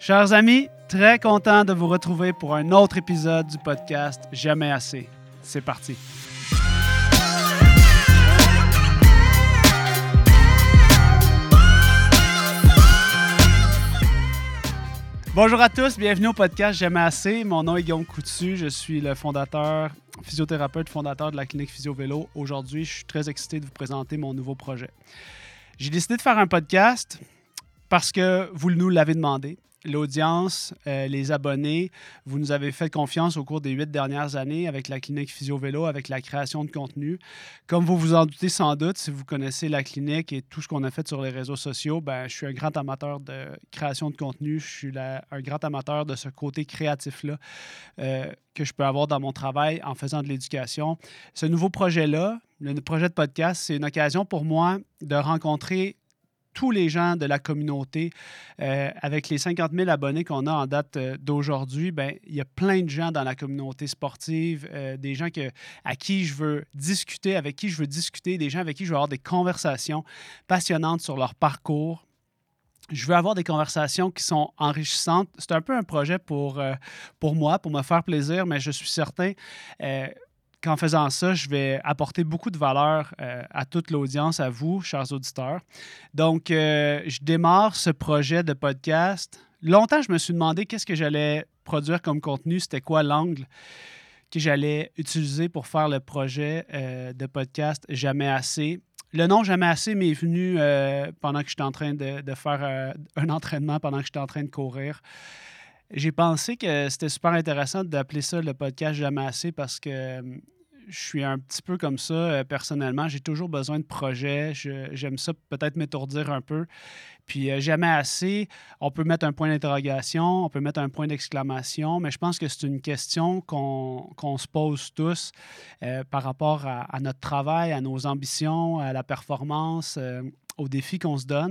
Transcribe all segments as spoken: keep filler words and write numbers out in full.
Chers amis, très content de vous retrouver pour un autre épisode du podcast Jamais assez. C'est parti. Bonjour à tous, bienvenue au podcast Jamais assez. Mon nom est Guillaume Coutu, je suis le fondateur, physiothérapeute, fondateur de la clinique Physio-Vélo. Aujourd'hui, je suis très excité de vous présenter mon nouveau projet. J'ai décidé de faire un podcast parce que vous nous l'avez demandé. L'audience, euh, les abonnés, vous nous avez fait confiance au cours des huit dernières années avec la clinique Physio-Vélo, avec la création de contenu. Comme vous vous en doutez sans doute, si vous connaissez la clinique et tout ce qu'on a fait sur les réseaux sociaux, ben, je suis un grand amateur de création de contenu. Je suis la, un grand amateur de ce côté créatif-là euh, que je peux avoir dans mon travail en faisant de l'éducation. Ce nouveau projet-là, le projet de podcast, c'est une occasion pour moi de rencontrer tous les gens de la communauté. Euh, avec les cinquante mille abonnés qu'on a en date euh, d'aujourd'hui, ben, il y a plein de gens dans la communauté sportive, euh, des gens que, à qui je veux discuter, avec qui je veux discuter, des gens avec qui je veux avoir des conversations passionnantes sur leur parcours. Je veux avoir des conversations qui sont enrichissantes. C'est un peu un projet pour, euh, pour moi, pour me faire plaisir, mais je suis certain euh, qu'en faisant ça, je vais apporter beaucoup de valeur euh, à toute l'audience, à vous, chers auditeurs. Donc, euh, je démarre ce projet de podcast. Longtemps, je me suis demandé qu'est-ce que j'allais produire comme contenu, c'était quoi l'angle que j'allais utiliser pour faire le projet euh, de podcast Jamais assez. Le nom Jamais assez m'est venu euh, pendant que j'étais en train de, de faire euh, un entraînement, pendant que j'étais en train de courir. J'ai pensé que c'était super intéressant d'appeler ça le podcast Jamais assez parce que euh, je suis un petit peu comme ça euh, personnellement. J'ai toujours besoin de projets. Je, j'aime ça peut-être m'étourdir un peu. Puis euh, jamais assez, on peut mettre un point d'interrogation, on peut mettre un point d'exclamation, mais je pense que c'est une question qu'on, qu'on se pose tous euh, par rapport à, à notre travail, à nos ambitions, à la performance, euh, aux défis qu'on se donne.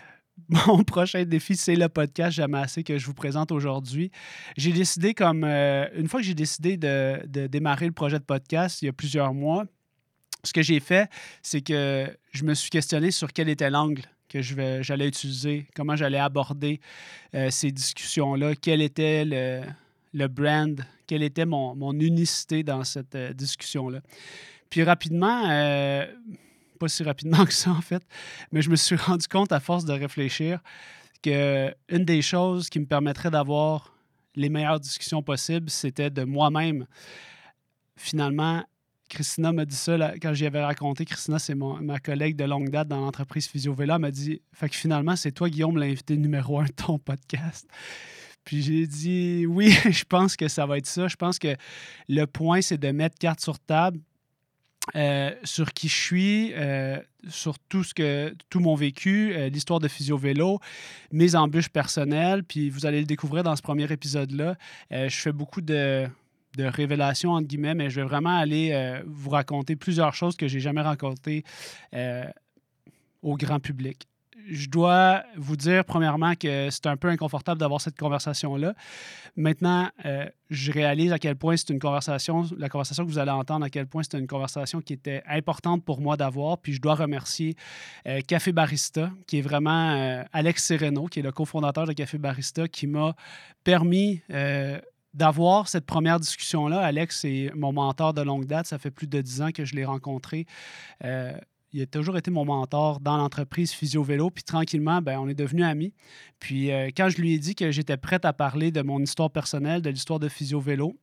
Mon prochain défi, c'est le podcast Jamais assez que je vous présente aujourd'hui. J'ai décidé comme... Euh, une fois que j'ai décidé de, de démarrer le projet de podcast il y a plusieurs mois, ce que j'ai fait, c'est que je me suis questionné sur quel était l'angle que je vais, j'allais utiliser, comment j'allais aborder euh, ces discussions-là, quel était le, le brand, quelle était mon, mon unicité dans cette euh, discussion-là. Puis rapidement... Euh, pas si rapidement que ça, en fait, mais je me suis rendu compte, à force de réfléchir, qu'une des choses qui me permettrait d'avoir les meilleures discussions possibles, c'était de moi-même. Finalement, Christina m'a dit ça là, quand j'y avais raconté. Christina, c'est mon, ma collègue de longue date dans l'entreprise Physio-Vélo. Elle m'a dit, fait que finalement, c'est toi, Guillaume, l'invité numéro un de ton podcast. Puis j'ai dit, oui, je pense que ça va être ça. Je pense que le point, c'est de mettre carte sur table. Euh, sur qui je suis, euh, sur tout ce que tout mon vécu, euh, l'histoire de Physio-Vélo, mes embûches personnelles, puis vous allez le découvrir dans ce premier épisode-là. Euh, je fais beaucoup de, de révélations, entre guillemets, mais je vais vraiment aller euh, vous raconter plusieurs choses que je n'ai jamais racontées euh, au grand public. Je dois vous dire, premièrement, que c'est un peu inconfortable d'avoir cette conversation-là. Maintenant, euh, je réalise à quel point c'est une conversation, la conversation que vous allez entendre, à quel point c'est une conversation qui était importante pour moi d'avoir. Puis je dois remercier euh, Café Barista, qui est vraiment euh, Alex Sereno, qui est le cofondateur de Café Barista, qui m'a permis euh, d'avoir cette première discussion-là. Alex est mon mentor de longue date. Ça fait plus de dix ans que je l'ai rencontré. Euh, Il a toujours été mon mentor dans l'entreprise Physio-Vélo. Puis tranquillement, ben, on est devenus amis. Puis euh, quand je lui ai dit que j'étais prête à parler de mon histoire personnelle, de l'histoire de Physio-Vélo,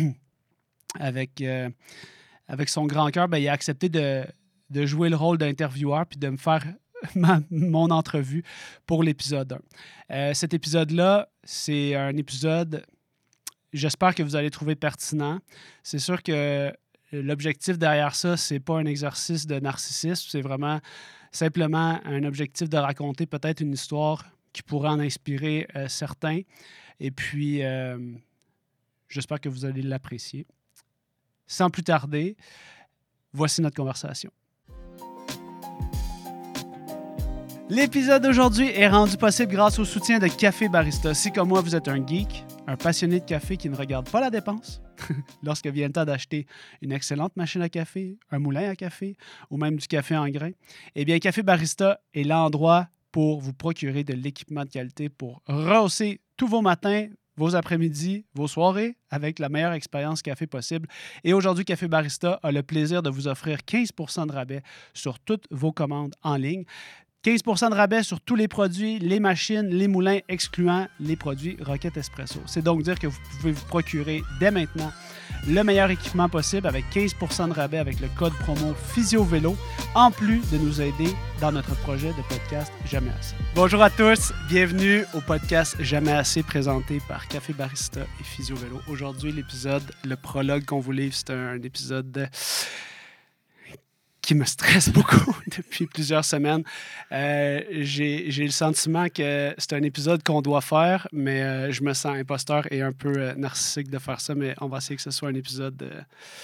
avec, euh, avec son grand cœur, ben, il a accepté de, de jouer le rôle d'intervieweur puis de me faire ma, mon entrevue pour l'épisode un. Euh, cet épisode-là, c'est un épisode, j'espère que vous allez trouver pertinent. C'est sûr que l'objectif derrière ça, c'est pas un exercice de narcissisme, c'est vraiment simplement un objectif de raconter peut-être une histoire qui pourrait en inspirer euh, certains. Et puis, euh, j'espère que vous allez l'apprécier. Sans plus tarder, voici notre conversation. L'épisode d'aujourd'hui est rendu possible grâce au soutien de Café Barista. Si comme moi, vous êtes un geek, un passionné de café qui ne regarde pas la dépense, lorsque vient le temps d'acheter une excellente machine à café, un moulin à café ou même du café en grains, eh bien, Café Barista est l'endroit pour vous procurer de l'équipement de qualité pour rehausser tous vos matins, vos après-midi, vos soirées avec la meilleure expérience café possible. Et aujourd'hui, Café Barista a le plaisir de vous offrir quinze pour cent de rabais sur toutes vos commandes en ligne. quinze pour cent de rabais sur tous les produits, les machines, les moulins, excluant les produits Rocket Espresso. C'est donc dire que vous pouvez vous procurer dès maintenant le meilleur équipement possible avec quinze pour cent de rabais avec le code promo PhysioVélo, en plus de nous aider dans notre projet de podcast Jamais Assez. Bonjour à tous, bienvenue au podcast Jamais Assez présenté par Café Barista et PhysioVélo. Aujourd'hui, l'épisode, le prologue qu'on vous livre, c'est un épisode de... qui me stresse beaucoup depuis plusieurs semaines. Euh, j'ai, j'ai le sentiment que c'est un épisode qu'on doit faire, mais euh, je me sens imposteur et un peu euh, narcissique de faire ça, mais on va essayer que ce soit un épisode euh,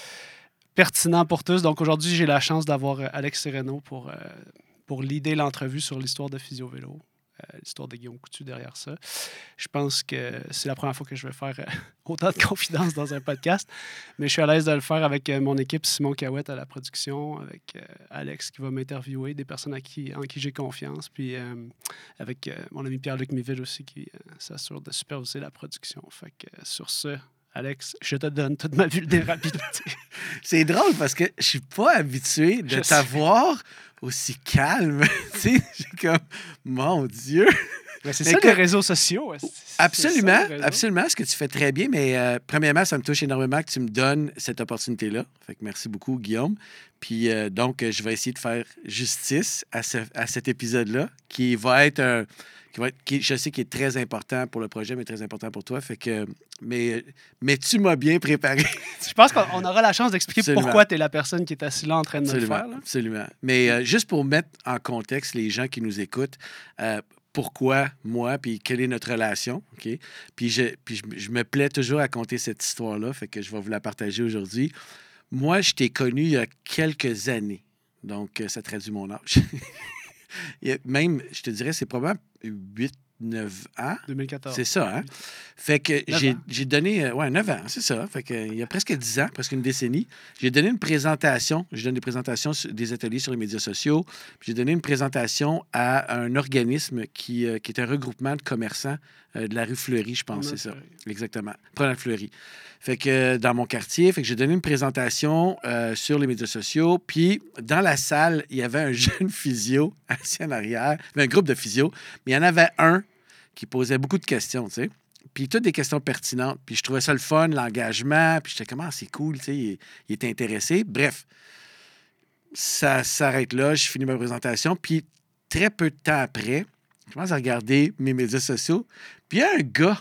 pertinent pour tous. Donc aujourd'hui, j'ai la chance d'avoir euh, Alex Sereno pour, euh, pour leader l'entrevue sur l'histoire de PhysioVélo. Euh, l'histoire de Guillaume Coutu derrière ça. Je pense que c'est la première fois que je vais faire euh, autant de confidences dans un podcast, mais je suis à l'aise de le faire avec euh, mon équipe, Simon Cahouette à la production, avec euh, Alex qui va m'interviewer, des personnes à qui, en qui j'ai confiance, puis euh, avec euh, mon ami Pierre-Luc Miville aussi qui euh, s'assure de superviser la production. Fait que euh, sur ce, Alex, je te donne toute ma vulnérabilité. C'est drôle parce que je suis pas habitué de Je t'avoir aussi calme. Tu sais, j'ai comme, mon Dieu. Mais c'est Mais ça que- les réseaux sociaux. C'est- c'est Absolument, ça, les réseaux. absolument, ce que tu fais très bien, mais euh, premièrement, ça me touche énormément que tu me donnes cette opportunité-là. Fait que merci beaucoup, Guillaume. Puis euh, donc, euh, je vais essayer de faire justice à, ce- à cet épisode-là, qui va être un... Qui va être, qui, je sais qu'il est très important pour le projet, mais très important pour toi. Fait que, mais, mais tu m'as bien préparé. Je pense qu'on aura la chance d'expliquer Absolument. pourquoi tu es la personne qui est assise là en train de Absolument, le faire. Là. absolument. Mais euh, juste pour mettre en contexte les gens qui nous écoutent, euh, pourquoi moi, puis quelle est notre relation, OK? Puis, je, puis je, je me plais toujours à conter cette histoire-là, fait que je vais vous la partager aujourd'hui. Moi, je t'ai connu il y a quelques années, donc euh, ça traduit mon âge. Il y a même, je te dirais, c'est probablement huit neuf ans. deux mille quatorze. C'est ça, hein? Fait que neuf j'ai, ans. j'ai donné... euh, ouais, neuf ans, c'est ça. Fait que, euh, il y a presque dix ans, presque une décennie, j'ai donné une présentation. Je donne des présentations, sur- des ateliers sur les médias sociaux. Puis j'ai donné une présentation à un organisme qui, euh, qui est un regroupement de commerçants euh, de la rue Fleury, je pense, c'est ça. Fleury. Exactement. Promenade Fleury. Fait que euh, dans mon quartier, fait que j'ai donné une présentation euh, sur les médias sociaux. Puis dans la salle, il y avait un jeune physio assis en arrière. Il y avait un groupe de physio, mais il y en avait un qui posait beaucoup de questions, tu sais. Puis toutes des questions pertinentes. Puis je trouvais ça le fun, l'engagement. Puis j'étais comme, ah, c'est cool, tu sais, il, il était intéressé. Bref, ça s'arrête là. Je finis ma présentation. Puis très peu de temps après, je commence à regarder mes médias sociaux. Puis il y a un gars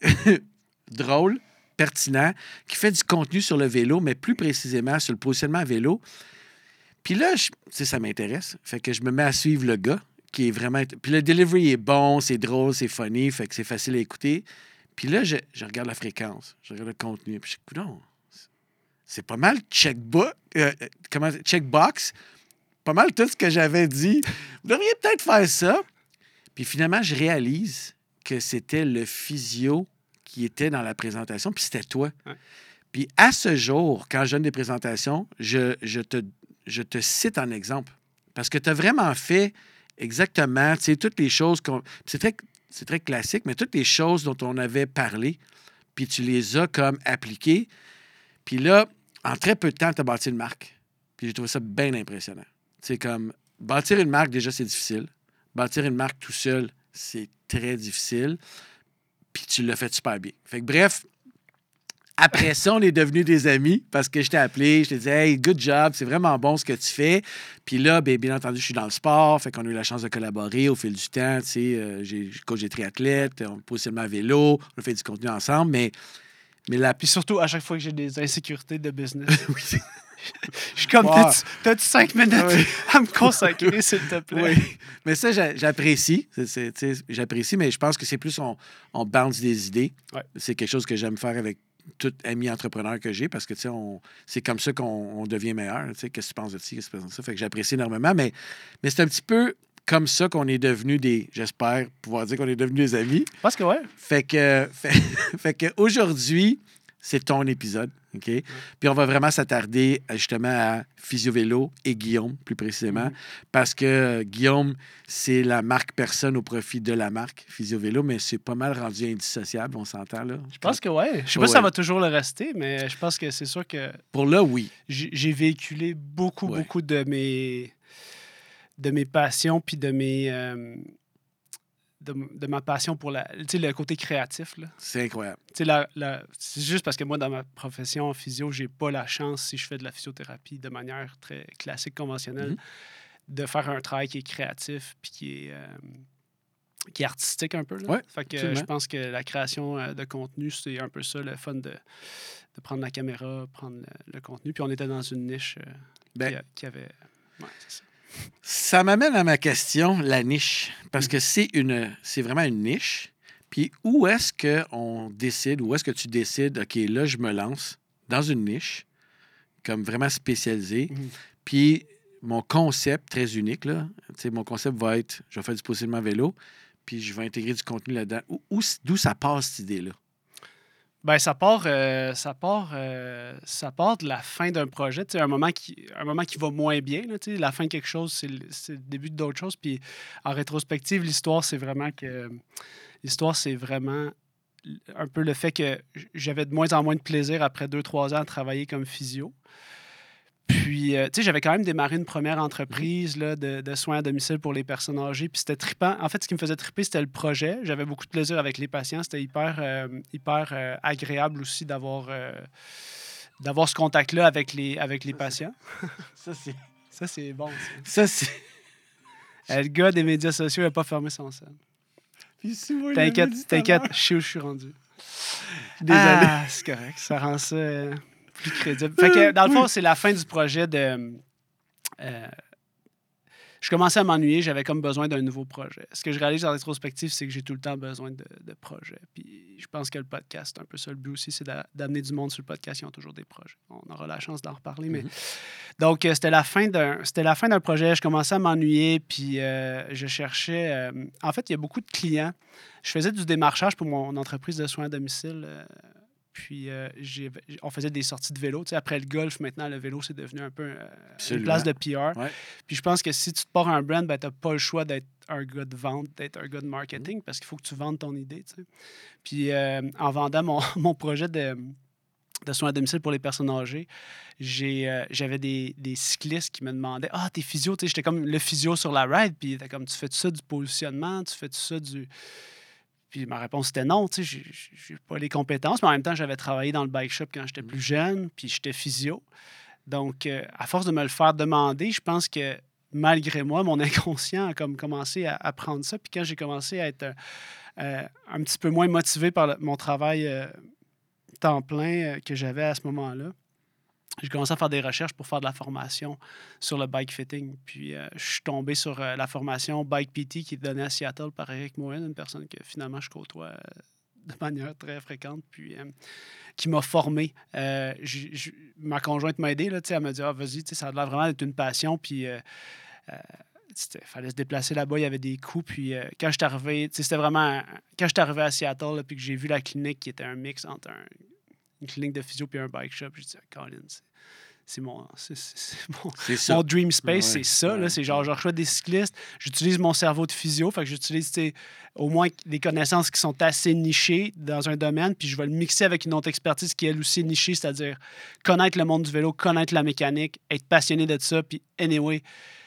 drôle, pertinent, qui fait du contenu sur le vélo, mais plus précisément sur le positionnement à vélo. Puis là, je- tu sais, ça m'intéresse. Fait que je me mets à suivre le gars, qui est vraiment... Puis le delivery est bon, c'est drôle, c'est funny, fait que c'est facile à écouter. Puis là, je, je regarde la fréquence, je regarde le contenu, puis je dis, non, c'est pas mal checkbox, euh, euh, comment, checkbox, pas mal tout ce que j'avais dit. Vous devriez peut-être faire ça. Puis finalement, je réalise que c'était le physio qui était dans la présentation, puis c'était toi. Ouais. Puis à ce jour, quand je donne des présentations, je, je, te, je te cite en exemple. Parce que tu as vraiment fait exactement, tu sais, toutes les choses qu'on... C'est très, c'est très classique, mais toutes les choses dont on avait parlé, puis tu les as comme appliquées. Puis là, en très peu de temps, tu as bâti une marque. Puis j'ai trouvé ça bien impressionnant. C'est comme, bâtir une marque, déjà, c'est difficile. Bâtir une marque tout seul, c'est très difficile. Puis tu l'as fait super bien. Fait que bref, après ça, on est devenus des amis parce que je t'ai appelé, je t'ai dit « Hey, good job, c'est vraiment bon ce que tu fais. » Puis là, bien, bien entendu, je suis dans le sport, fait qu'on a eu la chance de collaborer au fil du temps. Tu sais, euh, j'ai je coach des triathlètes, on positionnement à vélo, on a fait du contenu ensemble, mais, mais la... Puis surtout, à chaque fois que j'ai des insécurités de business, Oui. je suis comme, Wow. t'as-tu, t'as-tu cinq minutes Oui. à me consacrer, s'il te plaît? Oui, mais ça, j'a- j'apprécie. C'est- c'est- tu sais, j'apprécie, mais je pense que c'est plus on, on bounce des idées. Ouais. C'est quelque chose que j'aime faire avec tout ami entrepreneur que j'ai parce que tu sais, on- c'est comme ça qu'on on devient meilleur. Tu sais, qu'est-ce que tu penses de ci, qu'est-ce que tu penses de ça? Fait que j'apprécie énormément, mais, mais c'est un petit peu comme ça qu'on est devenus des... J'espère pouvoir dire qu'on est devenus des amis. Parce que, ouais, Fait que, fait, fait que aujourd'hui, c'est ton épisode. OK? Ouais. Puis on va vraiment s'attarder justement à Physio-Vélo et Guillaume, plus précisément, mm-hmm. parce que euh, Guillaume, c'est la marque personne au profit de la marque Physio-Vélo, mais c'est pas mal rendu indissociable, on s'entend là. Je pense que oui. Je sais oh, pas si ça ouais. va toujours le rester, mais je pense que c'est sûr que... Pour là, oui. J'ai, j'ai véhiculé beaucoup, ouais. beaucoup de mes, de mes passions puis de mes... Euh, De, de ma passion pour la, le côté créatif. Là. C'est incroyable. La, la, c'est juste parce que moi, dans ma profession en physio, j'ai pas la chance, si je fais de la physiothérapie de manière très classique, conventionnelle, mm-hmm. de faire un travail qui est créatif puis qui est, euh, qui est artistique un peu. Là. Ouais, fait que euh, je pense que la création euh, de contenu, c'est un peu ça, le fun de, de prendre la caméra, prendre le, le contenu. Puis on était dans une niche euh, ben, qui, a, qui avait... Ouais, c'est ça. Ça m'amène à ma question, la niche. Parce que c'est une, c'est vraiment une niche. Puis où est-ce qu'on décide, où est-ce que tu décides, OK, là, je me lance dans une niche, comme vraiment spécialisée. Mm-hmm. Puis mon concept, très unique, là, mon concept va être, je vais faire du positionnement vélo, puis je vais intégrer du contenu là-dedans. Où, où, d'où ça part, cette idée-là? Ben ça part, euh, ça part, euh, ça part de la fin d'un projet, un moment qui, un moment qui va moins bien. Là, la fin de quelque chose, c'est le, c'est le début d'autre chose. Puis en rétrospective, l'histoire, c'est vraiment que l'histoire, c'est vraiment un peu le fait que j'avais de moins en moins de plaisir après deux, trois ans à travailler comme physio. Puis, euh, tu sais, j'avais quand même démarré une première entreprise là, de, de soins à domicile pour les personnes âgées. Puis c'était trippant. En fait, ce qui me faisait tripper, c'était le projet. J'avais beaucoup de plaisir avec les patients. C'était hyper, euh, hyper euh, agréable aussi d'avoir, euh, d'avoir ce contact-là avec les, avec les patients. Ça, c'est... Ça, c'est bon. Ça, ça c'est... Euh, le gars des médias sociaux n'a pas fermé son sel. Puis souvent, t'inquiète, t'inquiète, je sais où je suis rendu. Désolé. Ah, c'est correct. Ça rend ça... Euh... plus crédible. Fait que, dans le fond, c'est la fin du projet de... Euh, je commençais à m'ennuyer, j'avais comme besoin d'un nouveau projet. Ce que je réalise en rétrospective, c'est que j'ai tout le temps besoin de, de projets. Puis je pense que le podcast, c'est un peu ça. Le but aussi, c'est d'amener du monde sur le podcast. Ils ont toujours des projets. On aura la chance d'en reparler. Mais... Mm-hmm. Donc, euh, c'était la fin d'un, c'était la fin d'un projet. Je commençais à m'ennuyer, puis euh, je cherchais... Euh... En fait, il y a beaucoup de clients. Je faisais du démarchage pour mon entreprise de soins à domicile. Euh... Puis, euh, j'ai, on faisait des sorties de vélo. Tu sais, après le golf, maintenant, le vélo, c'est devenu un peu euh, une place de P R. Ouais. Puis, je pense que si tu te pars un brand, ben, tu n'as pas le choix d'être un gars de vente, d'être un gars de marketing, mmh. parce qu'il faut que tu vendes ton idée. Tu sais. Puis, euh, en vendant mon, mon projet de, de soins à domicile pour les personnes âgées, j'ai, euh, j'avais des, des cyclistes qui me demandaient « Ah, t'es physio? » Tu sais, j'étais comme le physio sur la ride. Puis, t'es comme « Tu fais-tu ça du positionnement? Tu fais-tu ça du... » Puis ma réponse était non, tu sais, j'ai pas les compétences, mais en même temps, j'avais travaillé dans le bike shop quand j'étais plus jeune, puis j'étais physio. Donc, euh, à force de me le faire demander, je pense que malgré moi, mon inconscient a comme commencé à, à prendre ça. Puis quand j'ai commencé à être euh, un petit peu moins motivé par le, mon travail euh, temps plein euh, que j'avais à ce moment-là, j'ai commencé à faire des recherches pour faire de la formation sur le bike fitting. Puis, euh, je suis tombé sur euh, la formation Bike P T qui est donnée à Seattle par Eric Moen, une personne que finalement je côtoie euh, de manière très fréquente, puis euh, qui m'a formé. Euh, j, j, ma conjointe m'a aidé, là, elle m'a dit « Ah, vas-y, ça a l'air vraiment d'être une passion. » Puis, euh, euh, il fallait se déplacer là-bas, il y avait des coûts. Puis, euh, quand je suis arrivé, c'était vraiment... Quand je suis arrivé à Seattle, là, puis que j'ai vu la clinique qui était un mix entre un, une clinique de physio puis un bike shop, j'ai dit « Colin, c'est... C'est mon, c'est, c'est mon, c'est mon dream space, ouais, c'est ça. Ouais, là, c'est genre, je reçois des cyclistes, j'utilise mon cerveau de physio, fait que j'utilise au moins des connaissances qui sont assez nichées dans un domaine, puis je vais le mixer avec une autre expertise qui est elle aussi nichée, c'est-à-dire connaître le monde du vélo, connaître la mécanique, être passionné de ça, puis anyway,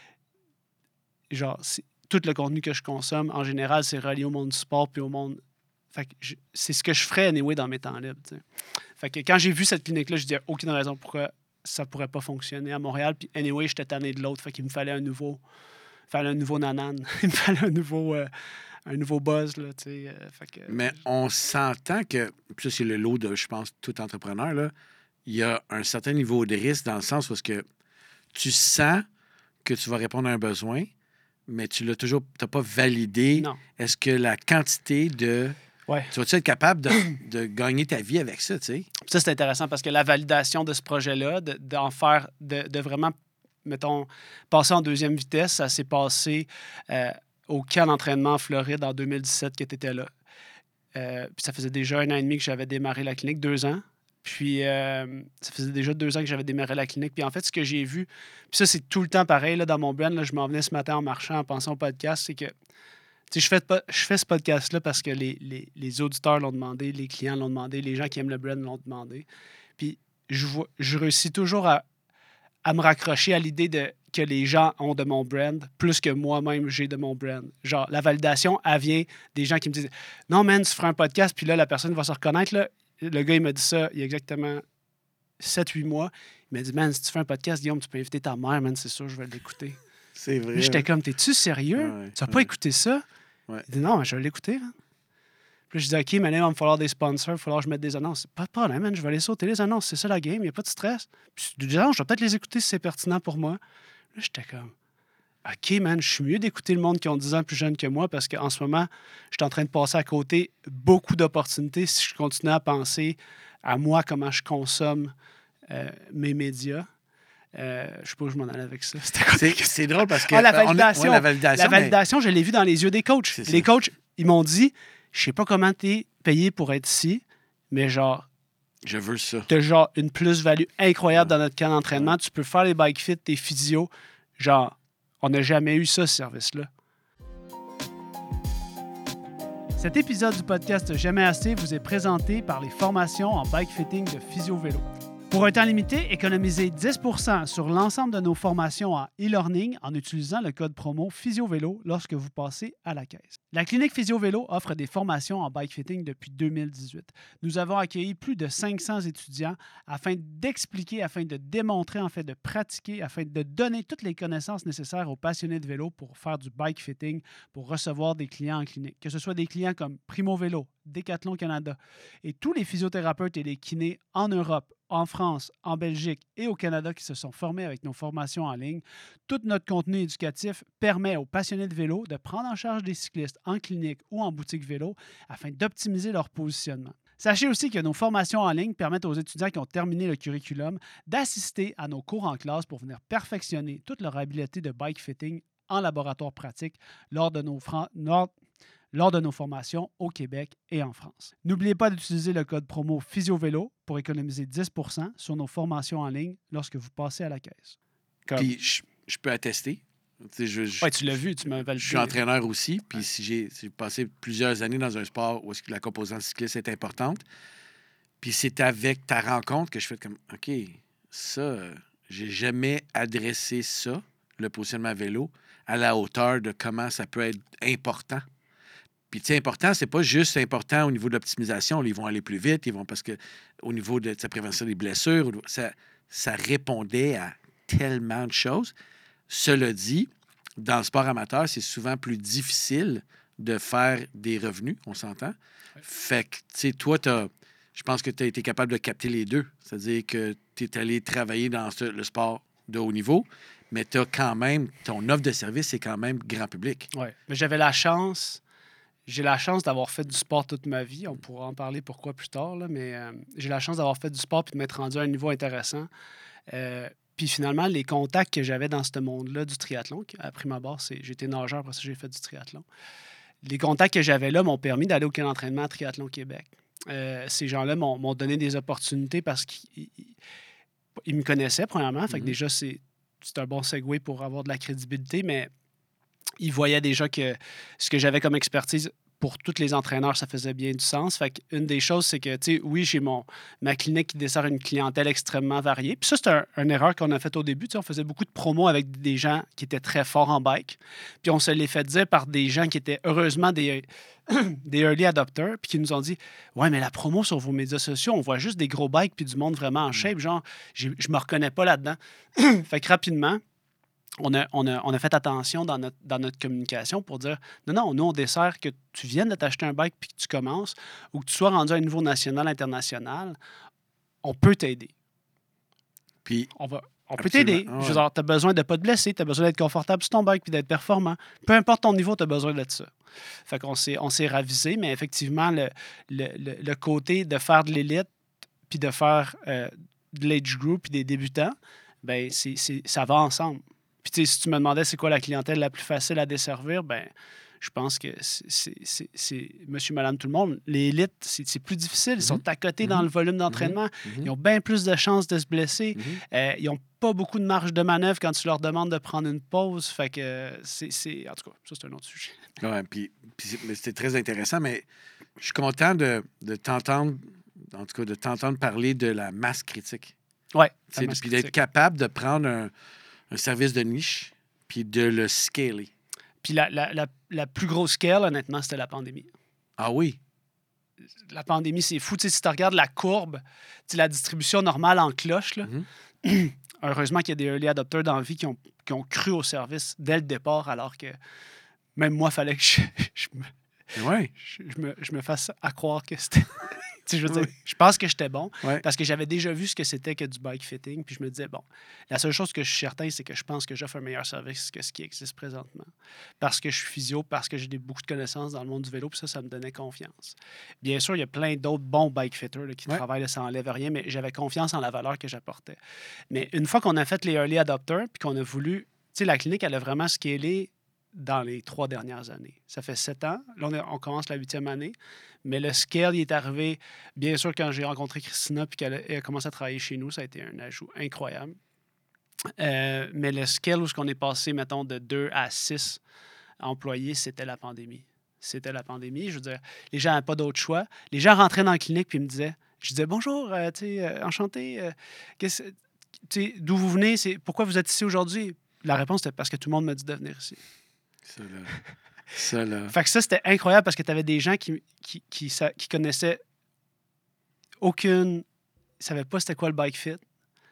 genre, c'est, tout le contenu que je consomme, en général, c'est relié au monde du sport, puis au monde... Fait que je, c'est ce que je ferais anyway dans mes temps libres. T'sais. Fait que quand j'ai vu cette clinique-là, je disais aucune raison pourquoi ça pourrait pas fonctionner à Montréal. Puis anyway, j'étais tanné de l'autre. Fait qu'il me fallait un nouveau, fallait un nouveau nanan. Il me fallait un nouveau, euh, un nouveau buzz. Là, euh, fait que, Mais on s'entend que, puis ça c'est le lot de, je pense, tout entrepreneur, là, il y a un certain niveau de risque dans le sens où que tu sens que tu vas répondre à un besoin, mais tu l'as toujours, t'as pas validé. Non. Est-ce que la quantité de... Ouais. Tu vas-tu être capable de, de gagner ta vie avec ça, tu sais? Ça, c'est intéressant parce que la validation de ce projet-là, de, d'en faire, de, de vraiment, mettons, passer en deuxième vitesse, ça s'est passé euh, au camp d'entraînement en Floride en deux mille dix-sept que tu étais là. Euh, puis ça faisait déjà un an et demi que j'avais démarré la clinique, deux ans. Puis, euh, ça faisait déjà deux ans que j'avais démarré la clinique. Puis, en fait, ce que j'ai vu, puis ça, c'est tout le temps pareil là, dans mon brand. Là, je m'en venais ce matin en marchant, en pensant au podcast, c'est que, tu sais, je fais, je fais ce podcast-là parce que les, les, les auditeurs l'ont demandé, les clients l'ont demandé, les gens qui aiment le brand l'ont demandé. Puis, je, vois, je réussis toujours à, à me raccrocher à l'idée de que les gens ont de mon brand plus que moi-même j'ai de mon brand. Genre, la validation, elle vient des gens qui me disent « Non, man, tu feras un podcast, puis là, la personne va se reconnaître. » Là. Le gars, il m'a dit ça il y a exactement sept huit mois. Il m'a dit « Man, si tu fais un podcast, Guillaume, tu peux inviter ta mère, man, c'est sûr, je vais l'écouter. » C'est vrai. J'étais comme « T'es-tu sérieux? Ouais, tu n'as ouais. pas écouté ça? Ouais. » Il dit « Non, mais je vais l'écouter. Hein. » Puis là, je dis « OK, mais là, il va me falloir des sponsors, il va falloir que je mette des annonces. » Pas de problème, man, je vais aller sauter les annonces. C'est ça la game, il n'y a pas de stress. Puis des annonces, je vais peut-être les écouter si c'est pertinent pour moi. Là, j'étais comme OK, man, je suis mieux d'écouter le monde qui ont dix ans plus jeune que moi parce qu'en ce moment, je suis en train de passer à côté beaucoup d'opportunités si je continue à penser à moi, comment je consomme euh, mes médias. Euh, je ne sais pas où je m'en allais avec ça. C'est, c'est drôle parce que... Ah, la validation, on a, ouais, la validation, la validation mais... je l'ai vu dans les yeux des coachs. C'est les ça. coachs, ils m'ont dit, je ne sais pas comment tu es payé pour être ici, mais genre... Je veux ça. Tu as genre une plus-value incroyable ouais. dans notre camp d'entraînement. Ouais. Tu peux faire les bike fit, tes physios. Genre, on n'a jamais eu ça, ce service-là. Cet épisode du podcast Jamais assez vous est présenté par les formations en bike fitting de Physio Vélo. Pour un temps limité, économisez dix pour cent sur l'ensemble de nos formations en e-learning en utilisant le code promo PhysioVélo lorsque vous passez à la caisse. La clinique PhysioVélo offre des formations en bike fitting depuis deux mille dix-huit. Nous avons accueilli plus de cinq cents étudiants afin d'expliquer, afin de démontrer, en fait de pratiquer, afin de donner toutes les connaissances nécessaires aux passionnés de vélo pour faire du bike fitting, pour recevoir des clients en clinique. Que ce soit des clients comme Primo Vélo, Decathlon Canada et tous les physiothérapeutes et les kinés en Europe, en France, en Belgique et au Canada qui se sont formés avec nos formations en ligne. Tout notre contenu éducatif permet aux passionnés de vélo de prendre en charge des cyclistes en clinique ou en boutique vélo afin d'optimiser leur positionnement. Sachez aussi que nos formations en ligne permettent aux étudiants qui ont terminé le curriculum d'assister à nos cours en classe pour venir perfectionner toute leur habileté de bike fitting en laboratoire pratique lors de nos, fran- lors, lors de nos formations au Québec et en France. N'oubliez pas d'utiliser le code promo PhysioVélo pour économiser dix pour cent sur nos formations en ligne lorsque vous passez à la caisse. Comme... Puis je, je peux attester. Tu sais, je, je, ouais, tu l'as vu, tu m'as validé. Je suis entraîneur aussi, puis ouais. si j'ai, j'ai passé plusieurs années dans un sport où la composante cycliste est importante, puis c'est avec ta rencontre que je fais comme, OK, ça, euh, j'ai jamais adressé ça, le positionnement à vélo, à la hauteur de comment ça peut être important. Puis, tu sais, important, c'est pas juste important au niveau de l'optimisation. Ils vont aller plus vite, ils vont parce que au niveau de sa prévention des blessures, ça, ça répondait à tellement de choses. Cela dit, dans le sport amateur, c'est souvent plus difficile de faire des revenus, on s'entend. Ouais. Fait que, tu sais, toi, t'as, je pense que tu as été capable de capter les deux. C'est-à-dire que tu es allé travailler dans ce, le sport de haut niveau, mais tu as quand même, ton offre de service, c'est quand même grand public. Oui, mais j'avais la chance... J'ai la chance d'avoir fait du sport toute ma vie. On pourra en parler pourquoi plus tard, là, mais euh, j'ai la chance d'avoir fait du sport et de m'être rendu à un niveau intéressant. Euh, puis finalement, les contacts que j'avais dans ce monde-là du triathlon, à prime abord, c'est, j'étais nageur, après ça, j'ai fait du triathlon. Les contacts que j'avais là m'ont permis d'aller au camp d'entraînement à Triathlon Québec. Euh, ces gens-là m'ont, m'ont donné des opportunités parce qu'ils ils me connaissaient, premièrement. Fait que mm-hmm. déjà, c'est, c'est un bon segue pour avoir de la crédibilité, mais ils voyaient déjà que ce que j'avais comme expertise pour tous les entraîneurs, ça faisait bien du sens. Fait qu'une des choses, c'est que, tu sais, oui, j'ai mon, ma clinique qui dessert une clientèle extrêmement variée. Puis ça, c'est un, une erreur qu'on a faite au début. Tu sais, on faisait beaucoup de promos avec des gens qui étaient très forts en bike. Puis on se les fait dire par des gens qui étaient heureusement des, des early adopters, puis qui nous ont dit « Ouais, mais la promo sur vos médias sociaux, on voit juste des gros bikes puis du monde vraiment en shape. Genre, je me reconnais pas là-dedans. » Fait que rapidement, On a, on, a, on a fait attention dans notre, dans notre communication pour dire non, non, nous, on dessert que tu viennes de t'acheter un bike puis que tu commences ou que tu sois rendu à un niveau national, international, on peut t'aider. Puis, on va, on peut t'aider. Ah ouais. Tu as besoin de ne pas te blesser, tu as besoin d'être confortable sur ton bike puis d'être performant. Peu importe ton niveau, tu as besoin de ça. Fait qu'on s'est, on s'est ravisé, mais effectivement, le, le, le, le côté de faire de l'élite puis de faire euh, de l'age group puis des débutants, ben c'est, c'est, ça va ensemble. Puis, tu sais, si tu me demandais c'est quoi la clientèle la plus facile à desservir, ben Je pense que c'est, c'est, c'est, c'est monsieur, madame, tout le monde. Les élites, c'est, c'est plus difficile. Ils Mhm. sont à côté Mhm. dans le volume d'entraînement. Mhm. Ils ont bien plus de chances de se blesser. Mhm. Euh, ils n'ont pas beaucoup de marge de manœuvre quand tu leur demandes de prendre une pause. Fait que euh, c'est, c'est... En tout cas, ça, c'est un autre sujet. Ouais, puis, puis c'est- mais c'était très intéressant, mais je suis content de, de t'entendre, en tout cas, de t'entendre parler de la masse critique. Oui. Puis d'être capable de prendre un, un service de niche puis de le scaler. Puis la, la, la, la plus grosse scale, honnêtement, c'était la pandémie. Ah oui? La pandémie, c'est fou. Tu sais, si tu regardes la courbe, tu sais, la distribution normale en cloche, là, Mhm. heureusement qu'il y a des early adopters dans la vie qui ont, qui ont cru au service dès le départ, alors que même moi, il fallait que je, je, me, Ouais. je, je me, je me fasse à croire que c'était... Tu sais, je veux dire, Oui. je pense que j'étais bon Ouais. parce que j'avais déjà vu ce que c'était que du bike fitting. Puis je me disais, bon, la seule chose que je suis certain, c'est que je pense que j'offre un meilleur service que ce qui existe présentement. Parce que je suis physio, parce que j'ai des- beaucoup de connaissances dans le monde du vélo, puis ça, ça me donnait confiance. Bien sûr, il y a plein d'autres bons bike fitters là, qui Ouais. travaillent, là, ça n'enlève rien, mais j'avais confiance en la valeur que j'apportais. Mais une fois qu'on a fait les early adopters, puis qu'on a voulu, tu sais, la clinique, elle a vraiment scalé dans les trois dernières années. Ça fait sept ans. Là, on, est- on commence la huitième année. Mais le scale, il est arrivé, bien sûr, quand j'ai rencontré Christina puis qu'elle a, elle a commencé à travailler chez nous, ça a été un ajout incroyable. Euh, mais le scale où on est passé, mettons, de deux à six employés, c'était la pandémie. C'était la pandémie. Je veux dire, les gens n'avaient pas d'autre choix. Les gens rentraient dans la clinique puis ils me disaient, je disais, bonjour, euh, tu sais, euh, enchanté, euh, qu'est-ce- tu sais, d'où vous venez, c'est, pourquoi vous êtes ici aujourd'hui? La réponse était parce que tout le monde m'a dit de venir ici. Ça, là. Ça, là. Fait que ça, c'était incroyable parce que tu avais des gens qui, qui, qui, sa- qui connaissaient aucune... Ils savaient pas c'était quoi le bike fit,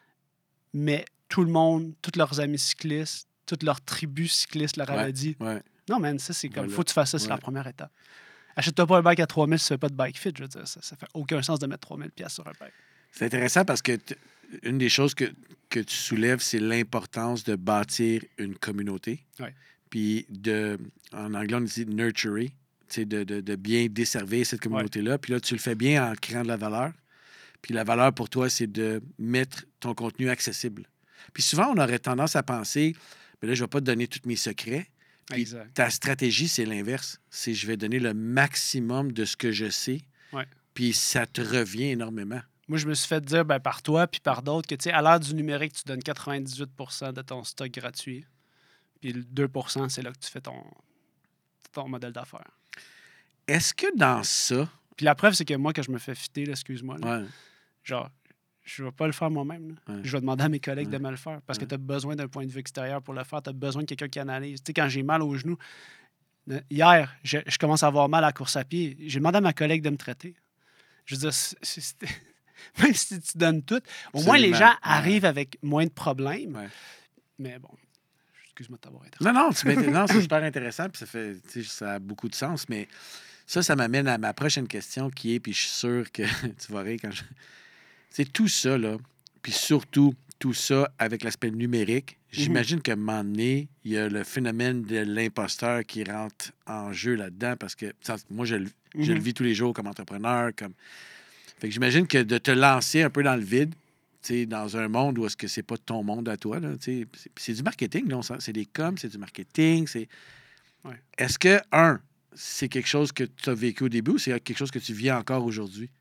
mais tout le monde, tous leurs amis cyclistes, toute leur tribu cycliste leur avait Ouais. dit Ouais. non, man, ça, c'est comme, Voilà. faut que tu fasses ça, c'est Ouais. la première étape. Achète-toi pas un bike à trois mille si tu fais pas de bike fit, je veux dire, ça, ça fait aucun sens de mettre trois mille piastres sur un bike. C'est intéressant parce que t- une des choses que, que tu soulèves, c'est l'importance de bâtir une communauté. Ouais. Puis de, en anglais, on dit nurturer, tu sais, de, de, de bien desservir cette communauté-là. Puis là, tu le fais bien en créant de la valeur. Puis la valeur pour toi, c'est de mettre ton contenu accessible. Puis souvent, on aurait tendance à penser, mais là, je ne vais pas te donner tous mes secrets. Puis Exact. ta stratégie, c'est l'inverse. C'est je vais donner le maximum de ce que je sais. Ouais. Puis ça te revient énormément. Moi, je me suis fait dire ben, par toi puis par d'autres que, tu sais, à l'ère du numérique, tu donnes quatre-vingt-dix-huit pour cent de ton stock gratuit. Puis le deux pour cent, c'est là que tu fais ton, ton modèle d'affaires. Est-ce que dans ça... Puis la preuve, c'est que moi, quand je me fais fitter, là, excuse-moi, là, Ouais, genre, je ne vais pas le faire moi-même. Là. Ouais. Je vais demander à mes collègues Ouais. de me le faire parce Ouais. que tu as besoin d'un point de vue extérieur pour le faire. Tu as besoin de quelqu'un qui analyse. Tu sais, quand j'ai mal au genou, euh, hier, je, je commence à avoir mal à la course à pied. J'ai demandé à ma collègue de me traiter. Je veux dire, c'est- c'est- même si tu donnes tout, au moins les Absolument. gens Ouais. arrivent avec moins de problèmes. Ouais. Mais bon, excuse-moi de t'avoir été. Non, non, tu m'inté- non, c'est super intéressant, puis ça fait, tu sais, ça a beaucoup de sens, mais ça, ça m'amène à ma prochaine question qui est, puis je suis sûr que tu vas rire quand je... C'est tout ça, là, puis surtout tout ça avec l'aspect numérique. J'imagine qu'à un moment donné, il y a le phénomène de l'imposteur qui rentre en jeu là-dedans, parce que ça, moi, je, le- je Mhm. le vis tous les jours comme entrepreneur, comme... Fait que j'imagine que de te lancer un peu dans le vide, tu sais, dans un monde où est-ce que c'est pas ton monde à toi, là, tu sais, c'est, c'est du marketing, là, on s'en- c'est des coms, c'est du marketing, c'est... Ouais. Est-ce que, un, c'est quelque chose que tu as vécu au début ou c'est quelque chose que tu vis encore aujourd'hui?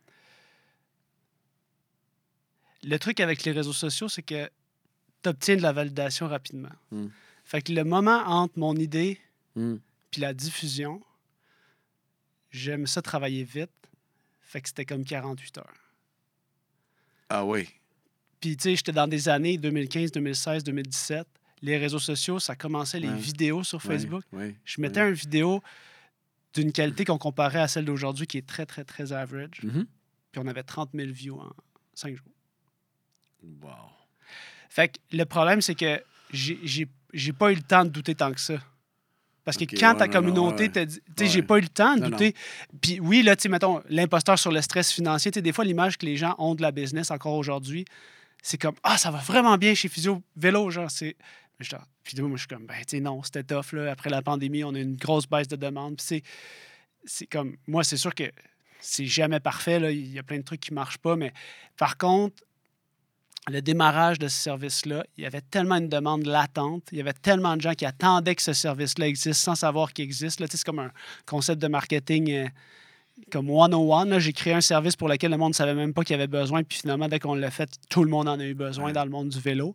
Le truc avec les réseaux sociaux, c'est que tu obtiens de la validation rapidement. Mm. Fait que le moment entre mon idée Mm. puis la diffusion, j'aime ça travailler vite. Fait que c'était comme quarante-huit heures. Ah oui. Puis, tu sais, j'étais dans des années deux mille quinze, deux mille seize, deux mille dix-sept. Les réseaux sociaux, ça commençait les Ouais. vidéos sur Ouais, Facebook. ouais, Je mettais ouais. une vidéo d'une qualité qu'on comparait à celle d'aujourd'hui qui est très, très, très average. Mhm. Puis on avait trente mille views en cinq jours. Wow. Fait que le problème, c'est que j'ai- j'ai j'ai pas eu le temps de douter tant que ça. Parce que Ok, quand ouais, ta non, communauté non, te ouais. dit... Tu sais, Ouais. j'ai pas eu le temps de Non, douter. Puis oui, là, tu sais, mettons, l'imposteur sur le stress financier, tu sais, des fois, l'image que les gens ont de la business encore aujourd'hui, c'est comme « Ah, ça va vraiment bien chez Physio Vélo, genre, c'est... » Mais je dis, Puis moi, je suis comme « Ben, tu sais, non, c'était tough, là. Après la pandémie, on a une grosse baisse de demande. » Puis c'est... c'est comme... Moi, c'est sûr que c'est jamais parfait, là. Il y a plein de trucs qui marchent pas, mais par contre, le démarrage de ce service-là, il y avait tellement une demande latente, il y avait tellement de gens qui attendaient que ce service-là existe sans savoir qu'il existe. Là, c'est comme un concept de marketing euh, comme cent un. Là, j'ai créé un service pour lequel le monde ne savait même pas qu'il y avait besoin, puis finalement, dès qu'on l'a fait, tout le monde en a eu besoin Ouais. dans le monde du vélo.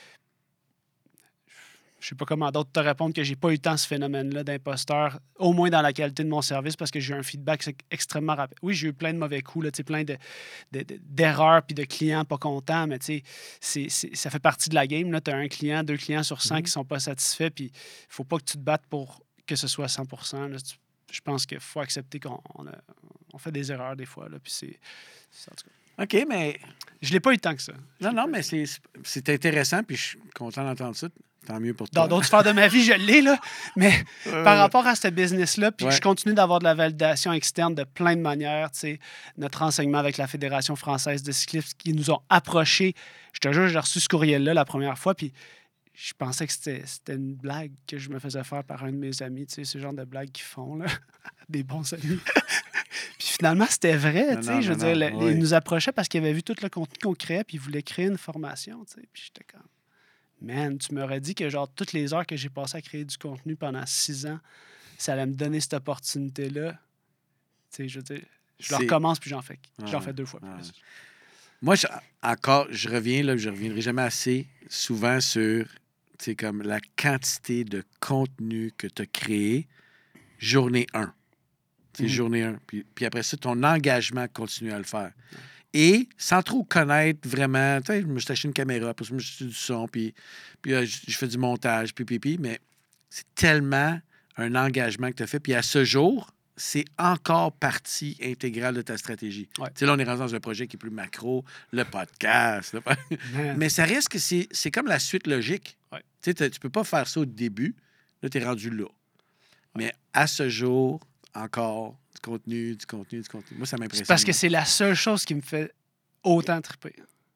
Je ne sais pas comment d'autres te répondre que j'ai pas eu tant ce phénomène-là d'imposteur, au moins dans la qualité de mon service, parce que j'ai eu un feedback extrêmement rapide. Oui, j'ai eu plein de mauvais coups, là, plein de, de, de, d'erreurs puis de clients pas contents, mais c'est, c'est, ça fait partie de la game. Tu as un client, deux clients sur cent mm-hmm. qui ne sont pas satisfaits, puis il ne faut pas que tu te battes pour que ce soit cent pour cent. Là. Je pense qu'il faut accepter qu'on on a, on fait des erreurs des fois. Là, puis c'est, c'est, en tout cas. OK, mais... Je ne l'ai pas eu tant que ça. Non, non, mais c'est, c'est intéressant, puis je suis content d'entendre ça. Tant mieux pour toi. Dans d'autres sphères de ma vie, je l'ai, là. Mais euh... par rapport à ce business-là, puis ouais. je continue d'avoir de la validation externe de plein de manières. Tu sais, notre enseignement avec la Fédération française de cyclisme qui nous ont approchés. Je te jure, j'ai reçu ce courriel-là la première fois, puis je pensais que c'était, c'était une blague que je me faisais faire par un de mes amis. Tu sais, ce genre de blagues qu'ils font, là. Des bons amis. Puis finalement, c'était vrai. Non, tu sais, non, je veux non, dire, non, le, oui. Ils nous approchaient parce qu'ils avaient vu tout le contenu qu'on créait, puis ils voulaient créer une formation. Tu sais, puis j'étais comme... Man, tu m'aurais dit que genre toutes les heures que j'ai passées à créer du contenu pendant six ans, ça allait me donner cette opportunité-là. Tu sais, je veux dire, je le recommence puis j'en fais, ah, j'en fais deux fois ah, plus. Moi, je, encore, je reviens là, je reviendrai jamais assez souvent sur, tu sais, comme la quantité de contenu que tu as créé journée un. Tu sais, mm-hmm. journée un. Puis, puis après ça, ton engagement à continuer à le faire. Mm-hmm. Et sans trop connaître vraiment, tu sais, je me suis acheté une caméra, puis je me suis acheté du son, puis, puis euh, je, je fais du montage, puis, puis, puis, mais c'est tellement un engagement que tu as fait. Puis à ce jour, c'est encore partie intégrale de ta stratégie. Ouais. Tu sais, là, on est rendu dans un projet qui est plus macro, le podcast. Le... mais ça reste que c'est, c'est comme la suite logique. Ouais. Tu sais, tu peux pas faire ça au début. Là, tu es rendu là. Ouais. Mais à ce jour, encore... Du contenu, du contenu, du contenu. Moi, ça m'impressionne. C'est parce que c'est la seule chose qui me fait autant triper.